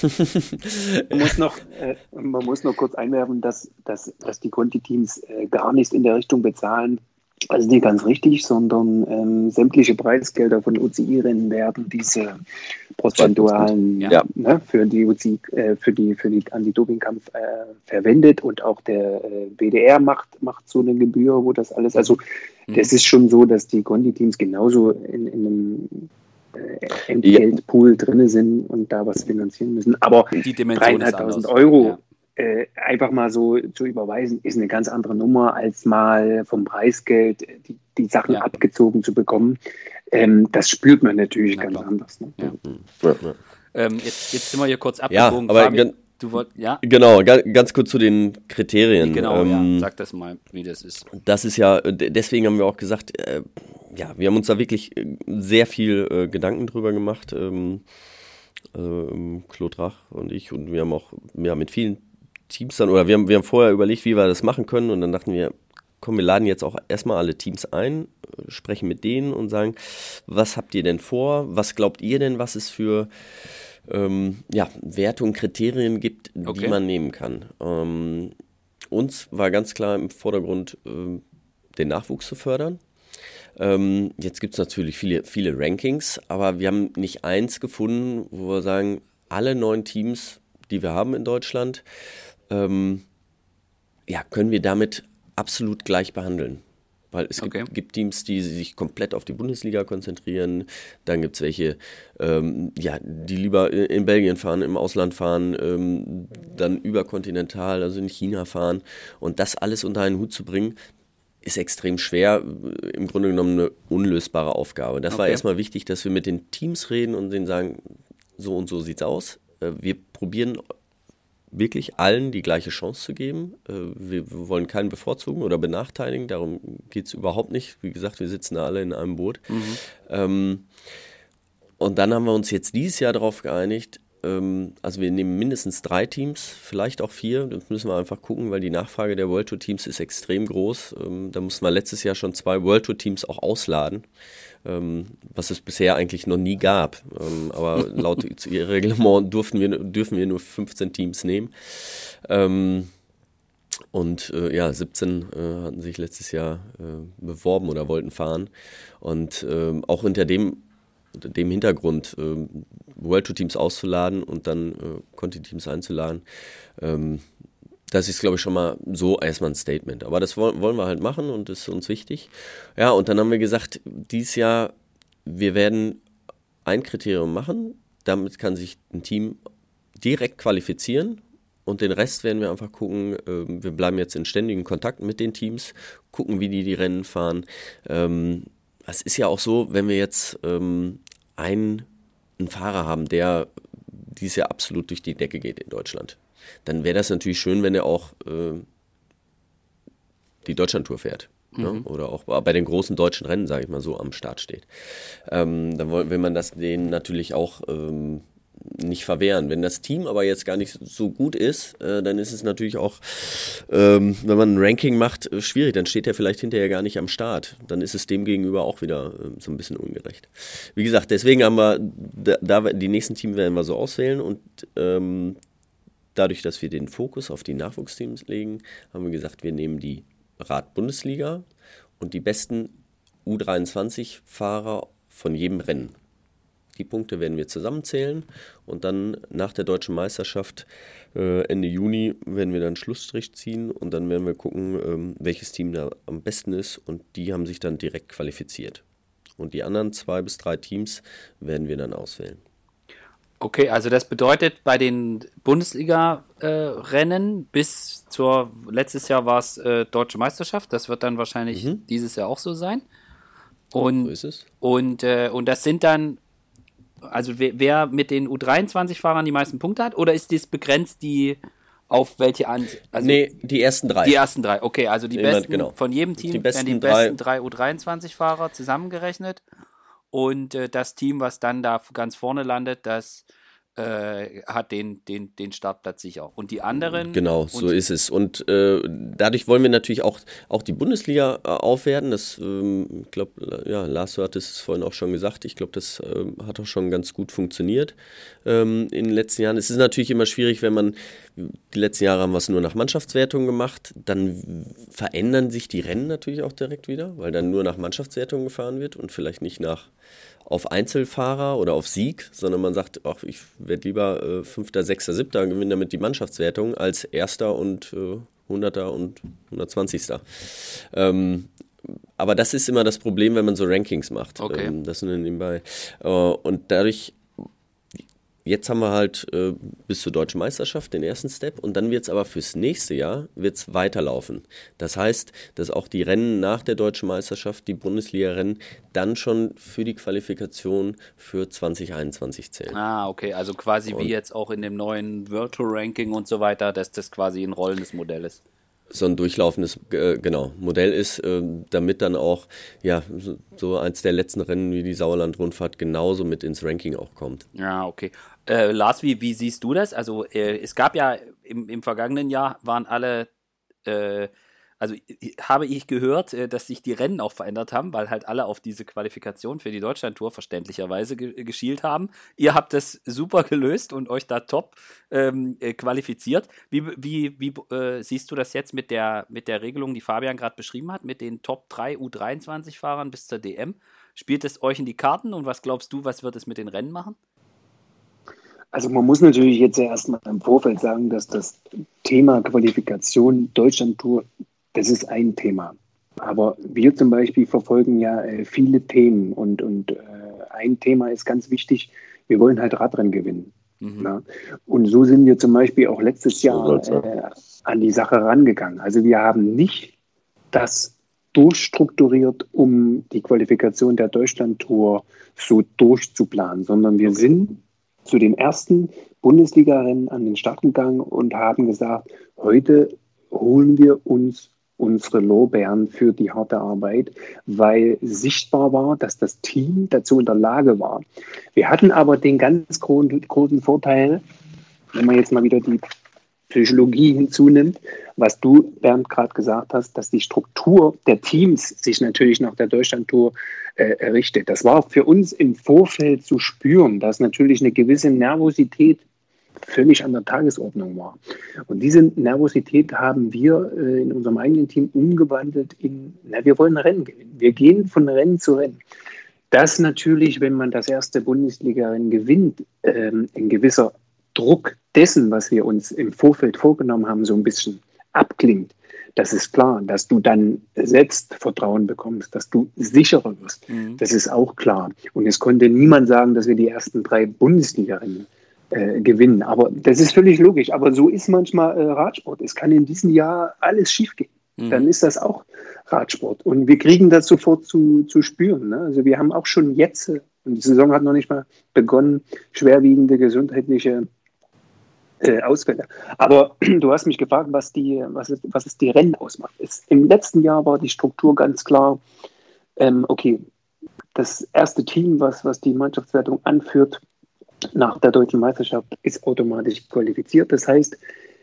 man, muss noch, äh, man muss noch kurz einwerfen, dass, dass, dass die Conti-Teams äh, gar nichts in der Richtung bezahlen. Also nicht ganz richtig, sondern ähm, sämtliche Preisgelder von U C I-Rennen werden diese prozentualen ja. ne, für die U C I, äh, für die für die Anti-Doping-Kampf äh, verwendet und auch der äh, B D R macht macht so eine Gebühr, wo das alles, also mhm. das ist schon so, dass die Conti-Teams genauso in, in einem äh, Entgeltpool ja. drin sind und da was finanzieren müssen, aber dreieinhalbtausend Euro ja. Äh, einfach mal so zu überweisen, ist eine ganz andere Nummer, als mal vom Preisgeld die, die Sachen ja. abgezogen zu bekommen. Ähm, das spürt man natürlich Na, ganz klar. anders. Ne? Ja. Ja. Ja. Ähm, jetzt, jetzt sind wir hier kurz abgebogen. Ja, aber gan- du wollt, ja? Genau, ga- ganz kurz zu den Kriterien. Genau, ähm, ja. Sag das mal, wie das ist. Das ist ja, deswegen haben wir auch gesagt, äh, ja, wir haben uns da wirklich sehr viel äh, Gedanken drüber gemacht. Ähm, äh, Claude Rach und ich und wir haben auch ja, mit vielen Teams dann, oder wir haben, wir haben vorher überlegt, wie wir das machen können und dann dachten wir, komm, wir laden jetzt auch erstmal alle Teams ein, sprechen mit denen und sagen, was habt ihr denn vor, was glaubt ihr denn, was es für ähm, ja, Werte und Kriterien gibt, okay. die man nehmen kann. Ähm, uns war ganz klar im Vordergrund, äh, den Nachwuchs zu fördern. Ähm, jetzt gibt es natürlich viele, viele Rankings, aber wir haben nicht eins gefunden, wo wir sagen, alle neun Teams, die wir haben in Deutschland, ähm, ja, können wir damit absolut gleich behandeln. Weil es okay. gibt, gibt Teams, die sich komplett auf die Bundesliga konzentrieren. Dann gibt es welche, ähm, ja, die lieber in Belgien fahren, im Ausland fahren, ähm, dann überkontinental, also in China fahren. Und das alles unter einen Hut zu bringen, ist extrem schwer, im Grunde genommen eine unlösbare Aufgabe. Das okay. war erstmal wichtig, dass wir mit den Teams reden und denen sagen, so und so sieht's aus. Wir probieren wirklich allen die gleiche Chance zu geben. Wir wollen keinen bevorzugen oder benachteiligen, darum geht es überhaupt nicht. Wie gesagt, wir sitzen alle in einem Boot. Mhm. Ähm, und dann haben wir uns jetzt dieses Jahr darauf geeinigt, ähm, also wir nehmen mindestens drei Teams, vielleicht auch vier, das müssen wir einfach gucken, weil die Nachfrage der World Tour Teams ist extrem groß. Ähm, da mussten wir letztes Jahr schon zwei World Tour Teams auch ausladen. Ähm, was es bisher eigentlich noch nie gab. Ähm, aber laut Reglement durften wir, dürfen wir nur fünfzehn Teams nehmen. Ähm, und äh, ja, siebzehn äh, hatten sich letztes Jahr äh, beworben oder wollten fahren. Und ähm, auch unter dem, unter dem Hintergrund, äh, World Tour Teams auszuladen und dann äh, Conti-Teams einzuladen, ähm, das ist, glaube ich, schon mal so erstmal ein Statement. Aber das wollen, wollen wir halt machen und das ist uns wichtig. Ja, und dann haben wir gesagt, dieses Jahr, wir werden ein Kriterium machen. Damit kann sich ein Team direkt qualifizieren. Und den Rest werden wir einfach gucken. Ähm, wir bleiben jetzt in ständigem Kontakt mit den Teams, gucken, wie die die Rennen fahren. Ähm, es ist ja auch so, wenn wir jetzt ähm, einen, einen Fahrer haben, der dieses Jahr absolut durch die Decke geht in Deutschland, dann wäre das natürlich schön, wenn er auch äh, die Deutschlandtour fährt. Mhm. Ne? Oder auch bei den großen deutschen Rennen, sage ich mal so, am Start steht. Ähm, dann will man das denen natürlich auch ähm, nicht verwehren. Wenn das Team aber jetzt gar nicht so gut ist, äh, dann ist es natürlich auch, ähm, wenn man ein Ranking macht, äh, schwierig. Dann steht er vielleicht hinterher gar nicht am Start. Dann ist es dem gegenüber auch wieder äh, so ein bisschen ungerecht. Wie gesagt, deswegen haben wir, da, da die nächsten Teams werden wir so auswählen und ähm, dadurch, dass wir den Fokus auf die Nachwuchsteams legen, haben wir gesagt, wir nehmen die Rad-Bundesliga und die besten U dreiundzwanzig-Fahrer von jedem Rennen. Die Punkte werden wir zusammenzählen und dann nach der Deutschen Meisterschaft äh, Ende Juni werden wir dann einen Schlussstrich ziehen und dann werden wir gucken, ähm, welches Team da am besten ist und die haben sich dann direkt qualifiziert. Und die anderen zwei bis drei Teams werden wir dann auswählen. Okay, also das bedeutet, bei den Bundesliga-Rennen äh, bis zur, letztes Jahr war es äh, Deutsche Meisterschaft, das wird dann wahrscheinlich mhm. dieses Jahr auch so sein. Und, so ist es. Und, äh, und das sind dann, also wer, wer mit den U dreiundzwanzig-Fahrern die meisten Punkte hat, oder ist das begrenzt die auf welche an? Also nee, die ersten drei. Die ersten drei, okay, also die Jemand, besten genau. von jedem Team die werden die drei. besten drei U dreiundzwanzig-Fahrer zusammengerechnet. Und äh, das Team, was dann da ganz vorne landet, das äh, hat den, den, den Startplatz sicher. Und die anderen... Genau, so ist es. Und äh, dadurch wollen wir natürlich auch, auch die Bundesliga äh, aufwerten. Das, ähm, ich glaube, ja, Lars, du hattest es vorhin auch schon gesagt. Ich glaube, das äh, hat auch schon ganz gut funktioniert ähm, in den letzten Jahren. Es ist natürlich immer schwierig, wenn man... Die letzten Jahre haben wir es nur nach Mannschaftswertung gemacht. Dann verändern sich die Rennen natürlich auch direkt wieder, weil dann nur nach Mannschaftswertung gefahren wird und vielleicht nicht nach auf Einzelfahrer oder auf Sieg, sondern man sagt, ach, ich werde lieber äh, Fünfter, Sechster, Siebter gewinnen damit die Mannschaftswertung als Erster und äh, Hunderter und Hundertzwanzigster. Ähm, aber das ist immer das Problem, wenn man so Rankings macht. Okay. Ähm, das nur nebenbei. Äh, und dadurch Jetzt haben wir halt äh, bis zur Deutschen Meisterschaft den ersten Step und dann wird es aber fürs nächste Jahr wird's weiterlaufen. Das heißt, dass auch die Rennen nach der Deutschen Meisterschaft, die Bundesliga-Rennen, dann schon für die Qualifikation für zwanzig einundzwanzig zählen. Ah, okay, also quasi und wie jetzt auch in dem neuen World Tour Ranking und so weiter, dass das quasi ein rollendes Modell ist. So ein durchlaufendes äh, genau, Modell ist, äh, damit dann auch ja so, so eins der letzten Rennen wie die Sauerland-Rundfahrt genauso mit ins Ranking auch kommt. Ja, okay. Äh, Lars, wie, wie siehst du das? Also äh, es gab ja im, im vergangenen Jahr waren alle, äh, also habe ich gehört, dass sich die Rennen auch verändert haben, weil halt alle auf diese Qualifikation für die Deutschlandtour verständlicherweise ge- geschielt haben. Ihr habt das super gelöst und euch da top ähm, qualifiziert. Wie, wie, wie äh, siehst du das jetzt mit der, mit der Regelung, die Fabian gerade beschrieben hat, mit den Top drei U dreiundzwanzig-Fahrern bis zur D M? Spielt es euch in die Karten und was glaubst du, was wird es mit den Rennen machen? Also man muss natürlich jetzt erstmal im Vorfeld sagen, dass das Thema Qualifikation Deutschlandtour, das ist ein Thema. Aber wir zum Beispiel verfolgen ja äh, viele Themen und, und äh, ein Thema ist ganz wichtig, wir wollen halt Radrennen gewinnen. Mhm. Ja? Und so sind wir zum Beispiel auch letztes Jahr äh, an die Sache rangegangen. Also wir haben nicht das durchstrukturiert, um die Qualifikation der Deutschlandtour so durchzuplanen, sondern wir sind zu den ersten Bundesliga-Rennen an den Start gegangen und haben gesagt, heute holen wir uns unsere Lorbeeren für die harte Arbeit, weil sichtbar war, dass das Team dazu in der Lage war. Wir hatten aber den ganz großen, großen Vorteil, wenn man jetzt mal wieder die Psychologie hinzunimmt, was du, Bernd, gerade gesagt hast, dass die Struktur der Teams sich natürlich nach der Deutschlandtour äh, richtet. Das war für uns im Vorfeld zu spüren, dass natürlich eine gewisse Nervosität völlig an der Tagesordnung war. Und diese Nervosität haben wir äh, in unserem eigenen Team umgewandelt in, na, wir wollen Rennen gewinnen. Wir gehen von Rennen zu Rennen. Das natürlich, wenn man das erste Bundesliga-Rennen gewinnt, ähm, ein gewisser Druck dessen, was wir uns im Vorfeld vorgenommen haben, so ein bisschen abklingt. Das ist klar, dass du dann Selbstvertrauen bekommst, dass du sicherer wirst. Mhm. Das ist auch klar. Und es konnte niemand sagen, dass wir die ersten drei Bundesliga-Rennen äh, gewinnen. Aber das ist völlig logisch. Aber so ist manchmal äh, Radsport. Es kann in diesem Jahr alles schiefgehen. Mhm. Dann ist das auch Radsport. Und wir kriegen das sofort zu, zu spüren. Ne? Also wir haben auch schon jetzt, und die Saison hat noch nicht mal begonnen, schwerwiegende gesundheitliche Äh, Ausfälle. Aber du hast mich gefragt, was, die, was, ist, was ist die Rennen ausmacht. Es, Im letzten Jahr war die Struktur ganz klar, ähm, okay, das erste Team, was, was die Mannschaftswertung anführt nach der deutschen Meisterschaft, ist automatisch qualifiziert. Das heißt,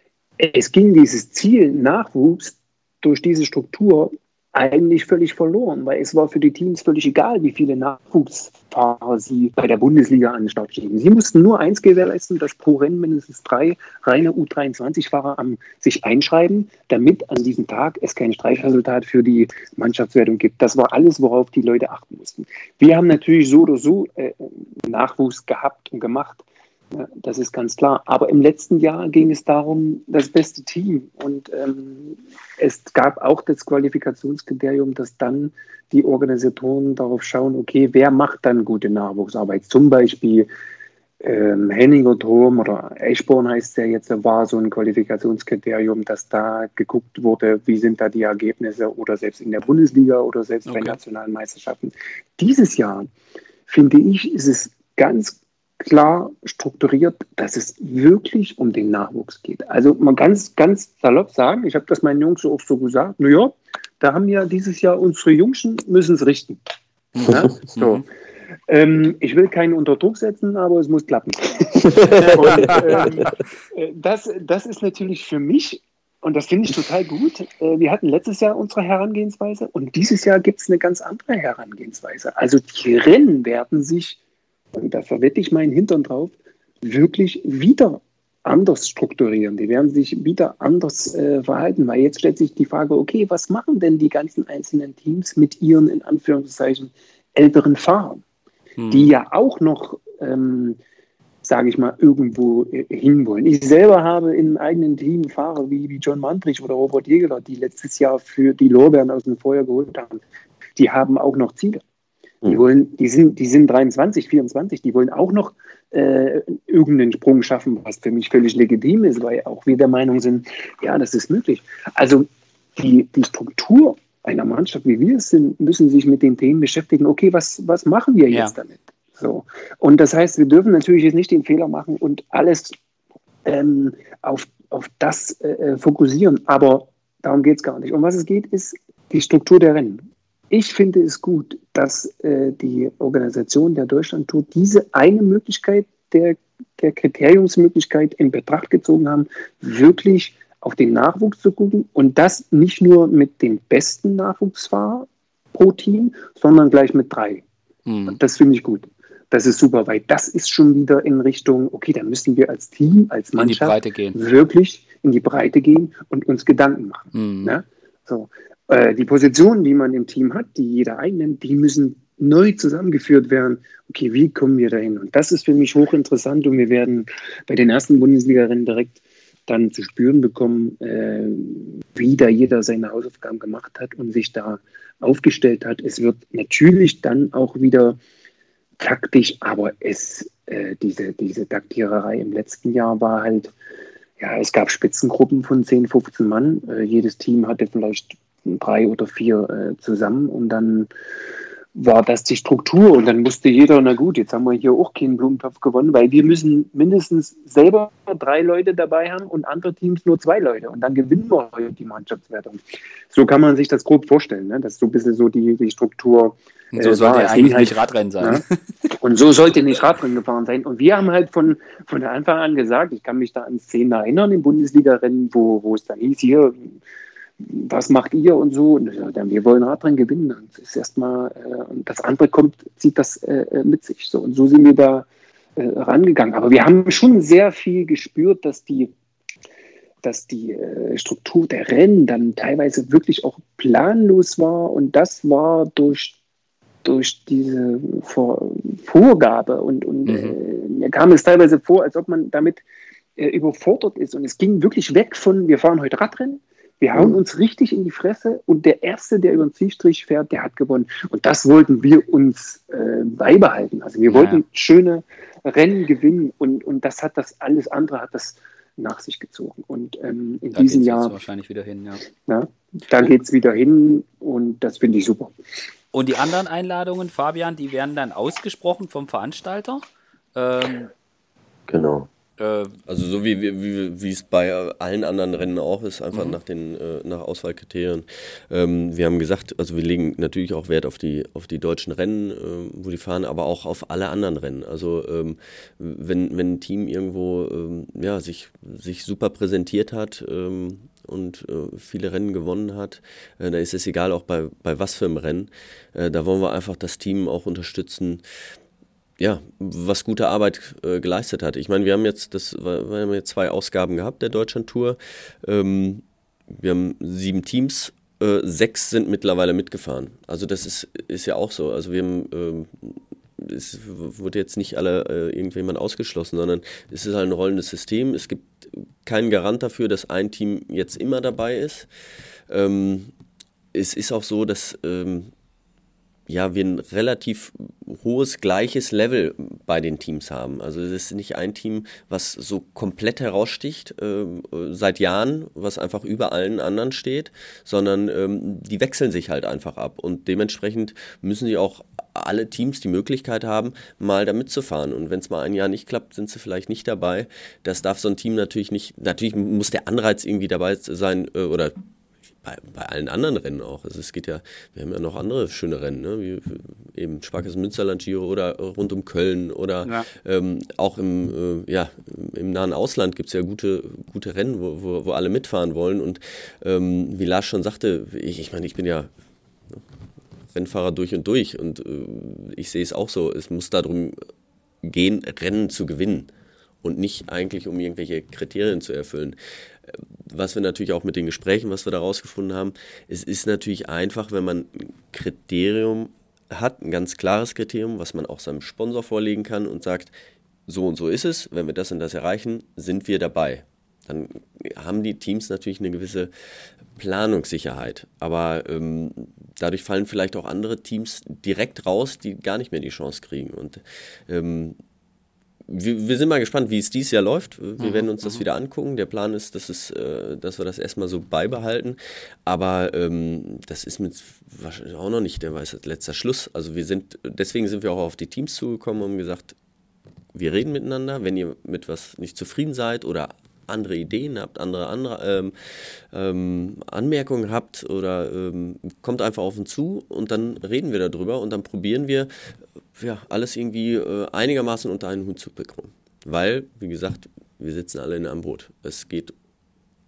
es ging dieses Ziel Nachwuchs durch diese Struktur eigentlich völlig verloren, weil es war für die Teams völlig egal, wie viele Nachwuchsfahrer sie bei der Bundesliga an den Start schieben. Sie mussten nur eins gewährleisten, dass pro Rennen mindestens drei reine U dreiundzwanzig-Fahrer am, sich einschreiben, damit an diesem Tag es kein Streichresultat für die Mannschaftswertung gibt. Das war alles, worauf die Leute achten mussten. Wir haben natürlich so oder so äh, Nachwuchs gehabt und gemacht. Ja, das ist ganz klar. Aber im letzten Jahr ging es darum, das beste Team. Und ähm, es gab auch das Qualifikationskriterium, dass dann die Organisatoren darauf schauen, okay, wer macht dann gute Nachwuchsarbeit? Zum Beispiel ähm, Henninger Turm oder Eschborn heißt es ja jetzt, war so ein Qualifikationskriterium, dass da geguckt wurde, wie sind da die Ergebnisse oder selbst in der Bundesliga oder selbst okay. bei nationalen Meisterschaften. Dieses Jahr, finde ich, ist es ganz klar strukturiert, dass es wirklich um den Nachwuchs geht. Also man ganz, ganz salopp sagen, ich habe das meinen Jungs auch so gesagt, naja, da haben ja dieses Jahr unsere Jungschen, müssen es richten. Ja? So. ähm, ich will keinen unter Druck setzen, aber es muss klappen. Und, ähm, das, das ist natürlich für mich, und das finde ich total gut, äh, wir hatten letztes Jahr unsere Herangehensweise und dieses Jahr gibt es eine ganz andere Herangehensweise. Also die Rennen werden sich, und da verwette ich meinen Hintern drauf, wirklich wieder anders strukturieren. Die werden sich wieder anders äh, verhalten, weil jetzt stellt sich die Frage, okay, was machen denn die ganzen einzelnen Teams mit ihren, in Anführungszeichen, älteren Fahrern, hm. die ja auch noch, ähm, sage ich mal, irgendwo äh, hinwollen. Ich selber habe in einem eigenen Team Fahrer wie, wie John Mandrich oder Robert Jägeler, die letztes Jahr für die Lorbeeren aus dem Vorjahr geholt haben. Die haben auch noch Ziele. Die wollen, die sind, die sind dreiundzwanzig, vierundzwanzig, die wollen auch noch äh, irgendeinen Sprung schaffen, was für mich völlig legitim ist, weil auch wir der Meinung sind, ja, das ist möglich. Also die, die Struktur einer Mannschaft, wie wir es sind, müssen sich mit den Themen beschäftigen, okay, was, was machen wir jetzt ja. damit? So. Und das heißt, wir dürfen natürlich jetzt nicht den Fehler machen und alles ähm, auf, auf das äh, fokussieren, aber darum geht es gar nicht. Um was es geht, ist die Struktur der Rennen. Ich finde es gut, dass äh, die Organisation der Deutschlandtour diese eine Möglichkeit der, der Kriteriumsmöglichkeit in Betracht gezogen haben, wirklich auf den Nachwuchs zu gucken und das nicht nur mit dem besten Nachwuchsfahrer pro Team, sondern gleich mit drei. Mhm. Das finde ich gut. Das ist super, weil das ist schon wieder in Richtung, okay, da müssen wir als Team, als Mannschaft in die Breite gehen. wirklich in die Breite gehen und uns Gedanken machen. Mhm. Ne? So, äh, die Positionen, die man im Team hat, die jeder einnimmt, die müssen neu zusammengeführt werden. Okay, wie kommen wir dahin? Und das ist für mich hochinteressant und wir werden bei den ersten Bundesliga-Rennen direkt dann zu spüren bekommen, äh, wie da jeder seine Hausaufgaben gemacht hat und sich da aufgestellt hat. Es wird natürlich dann auch wieder taktisch, aber es, äh, diese, diese Taktiererei im letzten Jahr war halt, ja, es gab Spitzengruppen von zehn, fünfzehn Mann. Äh, jedes Team hatte vielleicht drei oder vier äh, zusammen und dann war das die Struktur und dann musste jeder, na gut, jetzt haben wir hier auch keinen Blumentopf gewonnen, weil wir müssen mindestens selber drei Leute dabei haben und andere Teams nur zwei Leute und dann gewinnen wir heute die Mannschaftswertung. So kann man sich das grob vorstellen, ne? Das ist so ein bisschen so die, die Struktur. Und so äh, sollte eigentlich halt, nicht Radrennen sein. Ja? Und so sollte nicht Radrennen gefahren sein. Und wir haben halt von, von Anfang an gesagt, ich kann mich da an Szenen erinnern im Bundesliga-Rennen, wo, wo es dann hieß, hier, was macht ihr und so? Und dann, wir wollen Radrennen gewinnen. Und das ist erstmal, äh, und das andere kommt, zieht das äh, mit sich. So, und so sind wir da äh, rangegangen. Aber wir haben schon sehr viel gespürt, dass die, dass die äh, Struktur der Rennen dann teilweise wirklich auch planlos war. Und das war durch, durch diese Vor- Vorgabe. Und, und mhm. äh, mir kam es teilweise vor, als ob man damit äh, überfordert ist. Und es ging wirklich weg von, wir fahren heute Radrennen. Wir hauen uns richtig in die Fresse und der Erste, der über den Zielstrich fährt, der hat gewonnen. Und das wollten wir uns äh, beibehalten. Also wir ja. wollten schöne Rennen gewinnen und, und das hat das, alles andere hat das nach sich gezogen. Und ähm, in da diesem Jahr... wahrscheinlich wieder hin, ja. Na, da geht es wieder hin und das finde ich super. Und die anderen Einladungen, Fabian, die werden dann ausgesprochen vom Veranstalter? Ähm, genau. Also so wie, wie, wie es bei allen anderen Rennen auch ist, einfach mhm. nach den äh, nach Auswahlkriterien. Ähm, wir haben gesagt, also wir legen natürlich auch Wert auf die auf die deutschen Rennen, äh, wo die fahren, aber auch auf alle anderen Rennen. Also ähm, wenn wenn ein Team irgendwo ähm, ja sich sich super präsentiert hat ähm, und äh, viele Rennen gewonnen hat, äh, da ist es egal, auch bei bei was für einem Rennen. Äh, da wollen wir einfach das Team auch unterstützen. Ja, was gute Arbeit äh, geleistet hat. Ich meine, wir haben jetzt das, wir haben jetzt zwei Ausgaben gehabt der Deutschlandtour. Ähm, wir haben sieben Teams, äh, sechs sind mittlerweile mitgefahren. Also das ist, ist ja auch so. Also wir haben, ähm, es wurde jetzt nicht alle äh, irgendjemand ausgeschlossen, sondern es ist halt ein rollendes System. Es gibt keinen Garant dafür, dass ein Team jetzt immer dabei ist. Ähm, es ist auch so, dass ähm, ja, wir ein relativ hohes, gleiches Level bei den Teams haben. Also es ist nicht ein Team, was so komplett heraussticht äh, seit Jahren, was einfach über allen anderen steht, sondern ähm, die wechseln sich halt einfach ab. Und dementsprechend müssen sie auch alle Teams die Möglichkeit haben, mal da mitzufahren. Und wenn es mal ein Jahr nicht klappt, sind sie vielleicht nicht dabei. Das darf so ein Team natürlich nicht, natürlich muss der Anreiz irgendwie dabei sein äh, oder Bei, bei allen anderen Rennen auch. Also es geht ja, wir haben ja noch andere schöne Rennen, ne? Wie eben Sparkassen Münsterland Giro oder rund um Köln oder ja. ähm, auch im, äh, ja, im nahen Ausland gibt es ja gute, gute Rennen, wo, wo, wo alle mitfahren wollen. Und ähm, wie Lars schon sagte, ich, ich meine, ich bin ja Rennfahrer durch und durch und äh, ich sehe es auch so, es muss darum gehen, Rennen zu gewinnen und nicht eigentlich um irgendwelche Kriterien zu erfüllen. Was wir natürlich auch mit den Gesprächen, was wir da rausgefunden haben, es ist natürlich einfach, wenn man ein Kriterium hat, ein ganz klares Kriterium, was man auch seinem Sponsor vorlegen kann und sagt, so und so ist es, wenn wir das und das erreichen, sind wir dabei. Dann haben die Teams natürlich eine gewisse Planungssicherheit, aber ähm, dadurch fallen vielleicht auch andere Teams direkt raus, die gar nicht mehr die Chance kriegen und ähm, Wir, wir sind mal gespannt, wie es dieses Jahr läuft. Wir mhm, werden uns das mhm. wieder angucken. Der Plan ist, dass, es, äh, dass wir das erstmal so beibehalten. Aber ähm, das ist mit wahrscheinlich auch noch nicht der weiße letzter Schluss. Also wir sind, deswegen sind wir auch auf die Teams zugekommen und gesagt, wir reden miteinander. Wenn ihr mit was nicht zufrieden seid oder andere Ideen habt, andere, andere ähm, ähm, Anmerkungen habt oder ähm, kommt einfach auf uns zu und dann reden wir darüber und dann probieren wir, ja, alles irgendwie äh, einigermaßen unter einen Hut zu bekommen. Weil, wie gesagt, wir sitzen alle in einem Boot. Es geht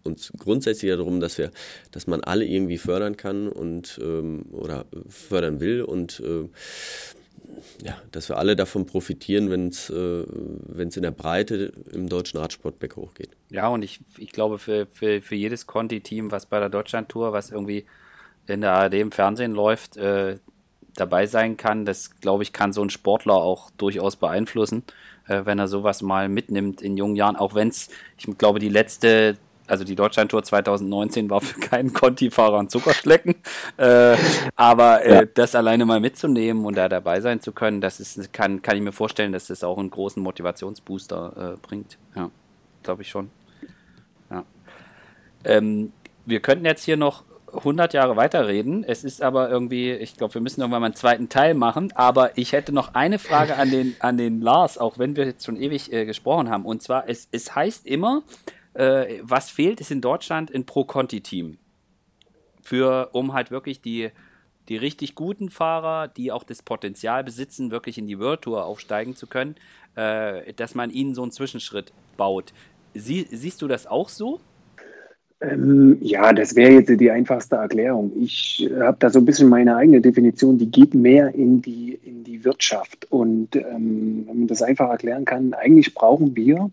uns grundsätzlich darum, dass wir, dass man alle irgendwie fördern kann und ähm, oder fördern will und äh, ja, dass wir alle davon profitieren, wenn es äh, wenn es in der Breite im deutschen Radsport berghoch geht. Ja, und ich, ich glaube, für, für, für jedes Conti-Team, was bei der Deutschlandtour, was irgendwie in der A R D im Fernsehen läuft, äh, dabei sein kann, das, glaube ich, kann so ein Sportler auch durchaus beeinflussen, äh, wenn er sowas mal mitnimmt in jungen Jahren, auch wenn es, ich glaube, die letzte, also die Deutschlandtour zwanzig neunzehn war für keinen Conti-Fahrer ein Zuckerschlecken, äh, aber äh, ja. das alleine mal mitzunehmen und da dabei sein zu können, das ist, kann, kann ich mir vorstellen, dass das auch einen großen Motivationsbooster äh, bringt, ja, glaube ich schon. Ja. Ähm, wir könnten jetzt hier noch hundert Jahre weiterreden. Es ist aber irgendwie, ich glaube, wir müssen irgendwann mal einen zweiten Teil machen, aber ich hätte noch eine Frage an den, an den Lars, auch wenn wir jetzt schon ewig äh, gesprochen haben. Und zwar, es, es heißt immer, äh, was fehlt, ist in Deutschland ein Pro-Conti-Team. Für, um halt wirklich die, die richtig guten Fahrer, die auch das Potenzial besitzen, wirklich in die World Tour aufsteigen zu können, äh, dass man ihnen so einen Zwischenschritt baut. Sie, siehst du das auch so? Ähm, ja, das wäre jetzt die einfachste Erklärung. Ich habe da so ein bisschen meine eigene Definition, die geht mehr in die, in die Wirtschaft. Und ähm, wenn man das einfach erklären kann, eigentlich brauchen wir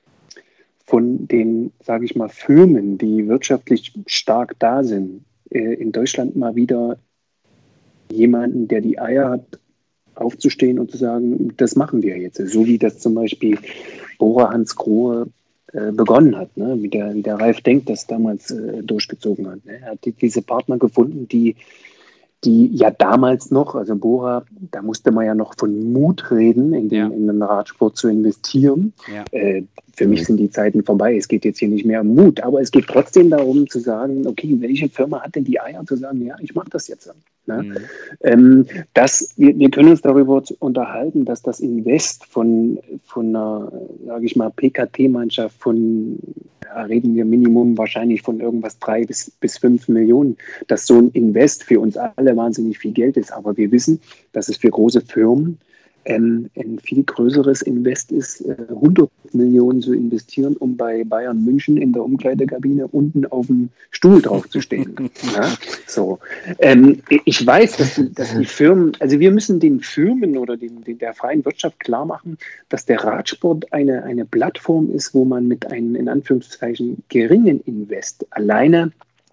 von den, sage ich mal, Firmen, die wirtschaftlich stark da sind, äh, in Deutschland mal wieder jemanden, der die Eier hat, aufzustehen und zu sagen, das machen wir jetzt. So wie das zum Beispiel Bora Hansgrohe begonnen hat, ne? wie, der, wie der Ralf Denk das damals äh, durchgezogen hat. Ne? Er hat die, diese Partner gefunden, die, die ja damals noch, also Bora, da musste man ja noch von Mut reden, in den, ja. in den Radsport zu investieren. Ja. Äh, für mich sind die Zeiten vorbei. Es geht jetzt hier nicht mehr um Mut, aber es geht trotzdem darum zu sagen, okay, welche Firma hat denn die Eier zu sagen, ja, ich mache das jetzt. Ne? Mhm. Ähm, das, wir, wir können uns darüber unterhalten, dass das Invest von, von einer, sage ich mal, P K T-Mannschaft von, ja, reden wir Minimum wahrscheinlich von irgendwas drei bis, bis fünf Millionen, dass so ein Invest für uns alle wahnsinnig viel Geld ist. Aber wir wissen, dass es für große Firmen Ähm, ein viel größeres Invest ist, äh, hundert Millionen zu investieren, um bei Bayern München in der Umkleidekabine unten auf dem Stuhl drauf zu stehen. Ja, so. Ähm, ich weiß, dass die, dass die Firmen, also wir müssen den Firmen oder den, den, der freien Wirtschaft klar machen, dass der Radsport eine, eine Plattform ist, wo man mit einem, in Anführungszeichen, geringen Invest alleine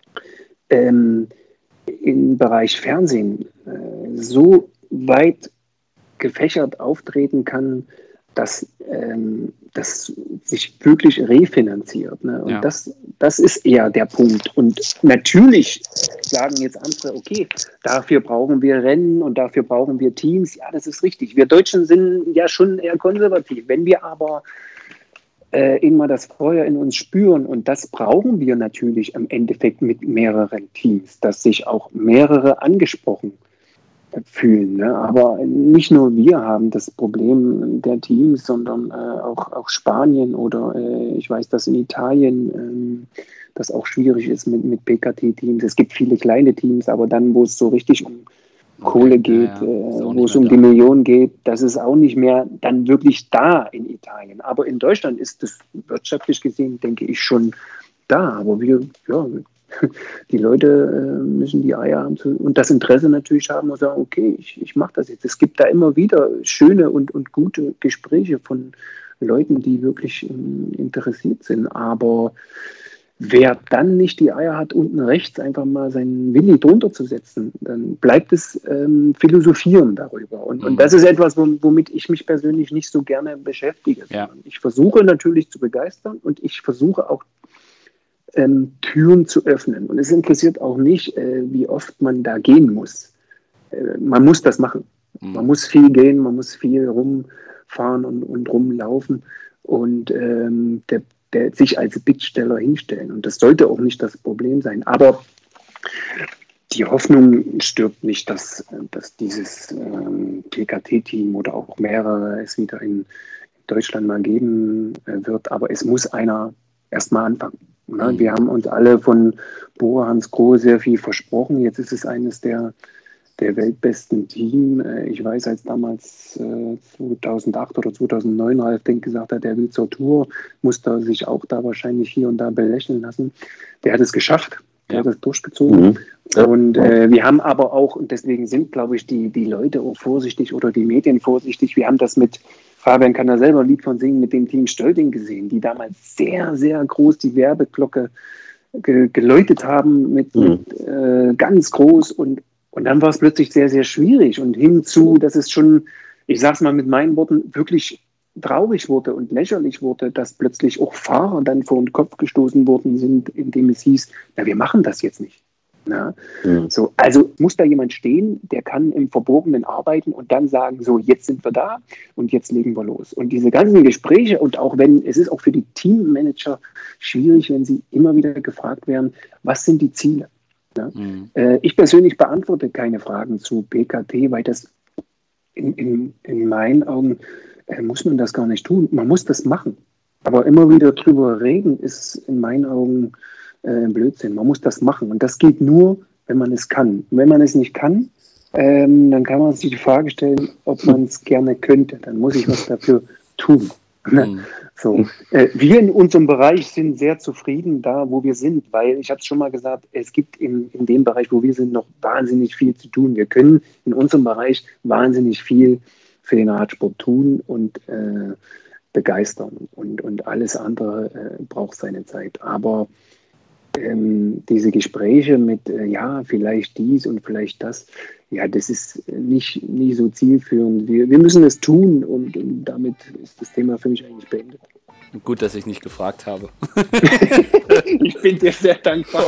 ähm, im Bereich Fernsehen äh, so weit gefächert auftreten kann, dass ähm, das sich wirklich refinanziert. Ne? Und ja. das, das ist eher der Punkt. Und natürlich sagen jetzt andere, okay, dafür brauchen wir Rennen und dafür brauchen wir Teams. Ja, das ist richtig. Wir Deutschen sind ja schon eher konservativ. Wenn wir aber äh, immer das Feuer in uns spüren, und das brauchen wir natürlich im Endeffekt mit mehreren Teams, dass sich auch mehrere angesprochen fühlen. Ne? Aber nicht nur wir haben das Problem der Teams, sondern äh, auch, auch Spanien oder äh, ich weiß, dass in Italien äh, das auch schwierig ist mit, mit P K T-Teams. Es gibt viele kleine Teams, aber dann, wo es so richtig um Kohle geht, ja, ja. Äh, wo es um die Millionen geht, das ist auch nicht mehr dann wirklich da in Italien. Aber in Deutschland ist das wirtschaftlich gesehen, denke ich, schon da. Aber wir, ja, die Leute äh, müssen die Eier haben zu, und das Interesse natürlich haben und sagen, okay, ich, ich mache das jetzt. Es gibt da immer wieder schöne und, und gute Gespräche von Leuten, die wirklich ähm, interessiert sind. Aber wer dann nicht die Eier hat, unten rechts einfach mal seinen Willi drunter zu setzen, dann bleibt es ähm, Philosophieren darüber. Und, mhm. und das ist etwas, womit ich mich persönlich nicht so gerne beschäftige. Ja. Ich versuche natürlich zu begeistern und ich versuche auch Ähm, Türen zu öffnen. Und es interessiert auch nicht, äh, wie oft man da gehen muss. Äh, man muss das machen. Mhm. Man muss viel gehen, man muss viel rumfahren und, und rumlaufen und ähm, der, der sich als Bittsteller hinstellen. Und das sollte auch nicht das Problem sein. Aber die Hoffnung stirbt nicht, dass, dass dieses ähm, P K T-Team oder auch mehrere es wieder in Deutschland mal geben äh, wird. Aber es muss einer erstmal anfangen. Na, wir haben uns alle von Bora Hansgrohe sehr viel versprochen. Jetzt ist es eines der, der weltbesten Team. Ich weiß, als damals äh, zweitausendacht oder zweitausendneun Ralf Denk gesagt hat, er will zur Tour, musste er sich auch da wahrscheinlich hier und da belächeln lassen. Der hat es geschafft, der ja. hat es durchgezogen. Mhm. Ja. Und äh, wir haben aber auch, und deswegen sind, glaube ich, die, die Leute auch vorsichtig oder die Medien vorsichtig, wir haben das mit, Fabian kann da selber ein Lied von singen, mit dem Team Stölting gesehen, die damals sehr, sehr groß die Werbeglocke ge- geläutet haben, mit, mhm. mit äh, ganz groß und, und dann war es plötzlich sehr, sehr schwierig und hinzu, dass es schon, ich sage es mal mit meinen Worten, wirklich traurig wurde und lächerlich wurde, dass plötzlich auch Fahrer dann vor den Kopf gestoßen worden sind, indem es hieß, na, wir machen das jetzt nicht. Ja, mhm. so, also muss da jemand stehen, der kann im Verborgenen arbeiten und dann sagen, so, jetzt sind wir da und jetzt legen wir los. Und diese ganzen Gespräche und auch wenn, es ist auch für die Teammanager schwierig, wenn sie immer wieder gefragt werden, was sind die Ziele? Ja? Mhm. Äh, ich persönlich beantworte keine Fragen zu P K T, weil das in, in, in meinen Augen äh, muss man das gar nicht tun. Man muss das machen. Aber immer wieder drüber reden ist in meinen Augen Äh, Blödsinn. Man muss das machen. Und das geht nur, wenn man es kann. Und wenn man es nicht kann, ähm, dann kann man sich die Frage stellen, ob man es gerne könnte. Dann muss ich was dafür tun. Mhm. So. Äh, wir in unserem Bereich sind sehr zufrieden da, wo wir sind, weil, ich habe es schon mal gesagt, es gibt in, in dem Bereich, wo wir sind, noch wahnsinnig viel zu tun. Wir können in unserem Bereich wahnsinnig viel für den Radsport tun und äh, begeistern. Und, und alles andere äh, braucht seine Zeit. Aber Ähm, diese Gespräche mit, äh, ja, vielleicht dies und vielleicht das, ja, das ist nicht nie so zielführend. Wir, wir müssen es tun und, und damit ist das Thema für mich eigentlich beendet. Gut, dass ich nicht gefragt habe. Ich bin dir sehr dankbar.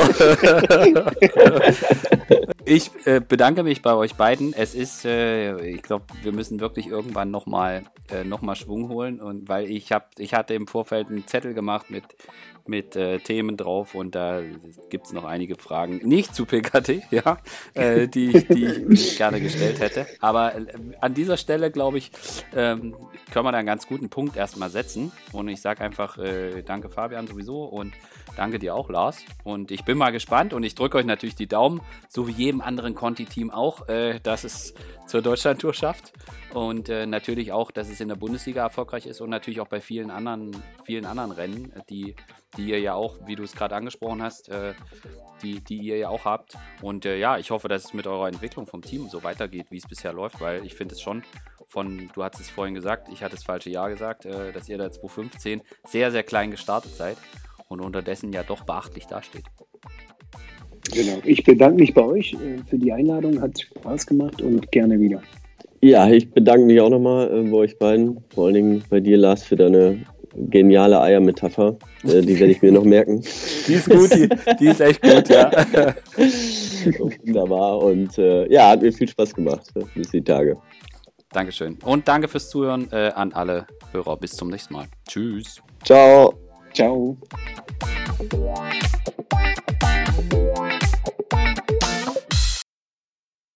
Ich äh, bedanke mich bei euch beiden. Es ist, äh, ich glaube, wir müssen wirklich irgendwann nochmal äh, noch mal Schwung holen. Und weil ich habe, ich hatte im Vorfeld einen Zettel gemacht mit, mit äh, Themen drauf und da gibt es noch einige Fragen, nicht zu P K T, ja, äh, die, die ich gerne gestellt hätte. Aber äh, an dieser Stelle, glaube ich, ähm, können wir da einen ganz guten Punkt erstmal setzen. Und ich sage einfach äh, danke Fabian sowieso und danke dir auch, Lars. Und ich bin mal gespannt und ich drücke euch natürlich die Daumen, so wie jedem anderen Conti-Team auch, äh, dass es zur Deutschlandtour schafft. Und äh, natürlich auch, dass es in der Bundesliga erfolgreich ist und natürlich auch bei vielen anderen, vielen anderen Rennen, die, die ihr ja auch, wie du es gerade angesprochen hast, äh, die, die ihr ja auch habt. Und äh, ja, ich hoffe, dass es mit eurer Entwicklung vom Team so weitergeht, wie es bisher läuft, weil ich finde es schon von, du hattest es vorhin gesagt, ich hatte das falsche Jahr gesagt, äh, dass ihr da zwanzig fünfzehn sehr, sehr klein gestartet seid und unterdessen ja doch beachtlich dasteht. Genau, ich bedanke mich bei euch äh, für die Einladung, hat Spaß gemacht und gerne wieder. Ja, ich bedanke mich auch nochmal äh, bei euch beiden, vor allen Dingen bei dir, Lars, für deine geniale Eiermetapher. Äh, die werde ich mir noch merken. Die ist gut, die, die ist echt gut, ja. Wunderbar und äh, ja, hat mir viel Spaß gemacht. Äh, bis die Tage. Dankeschön. Und danke fürs Zuhören äh, an alle Hörer. Bis zum nächsten Mal. Tschüss. Ciao. Ciao.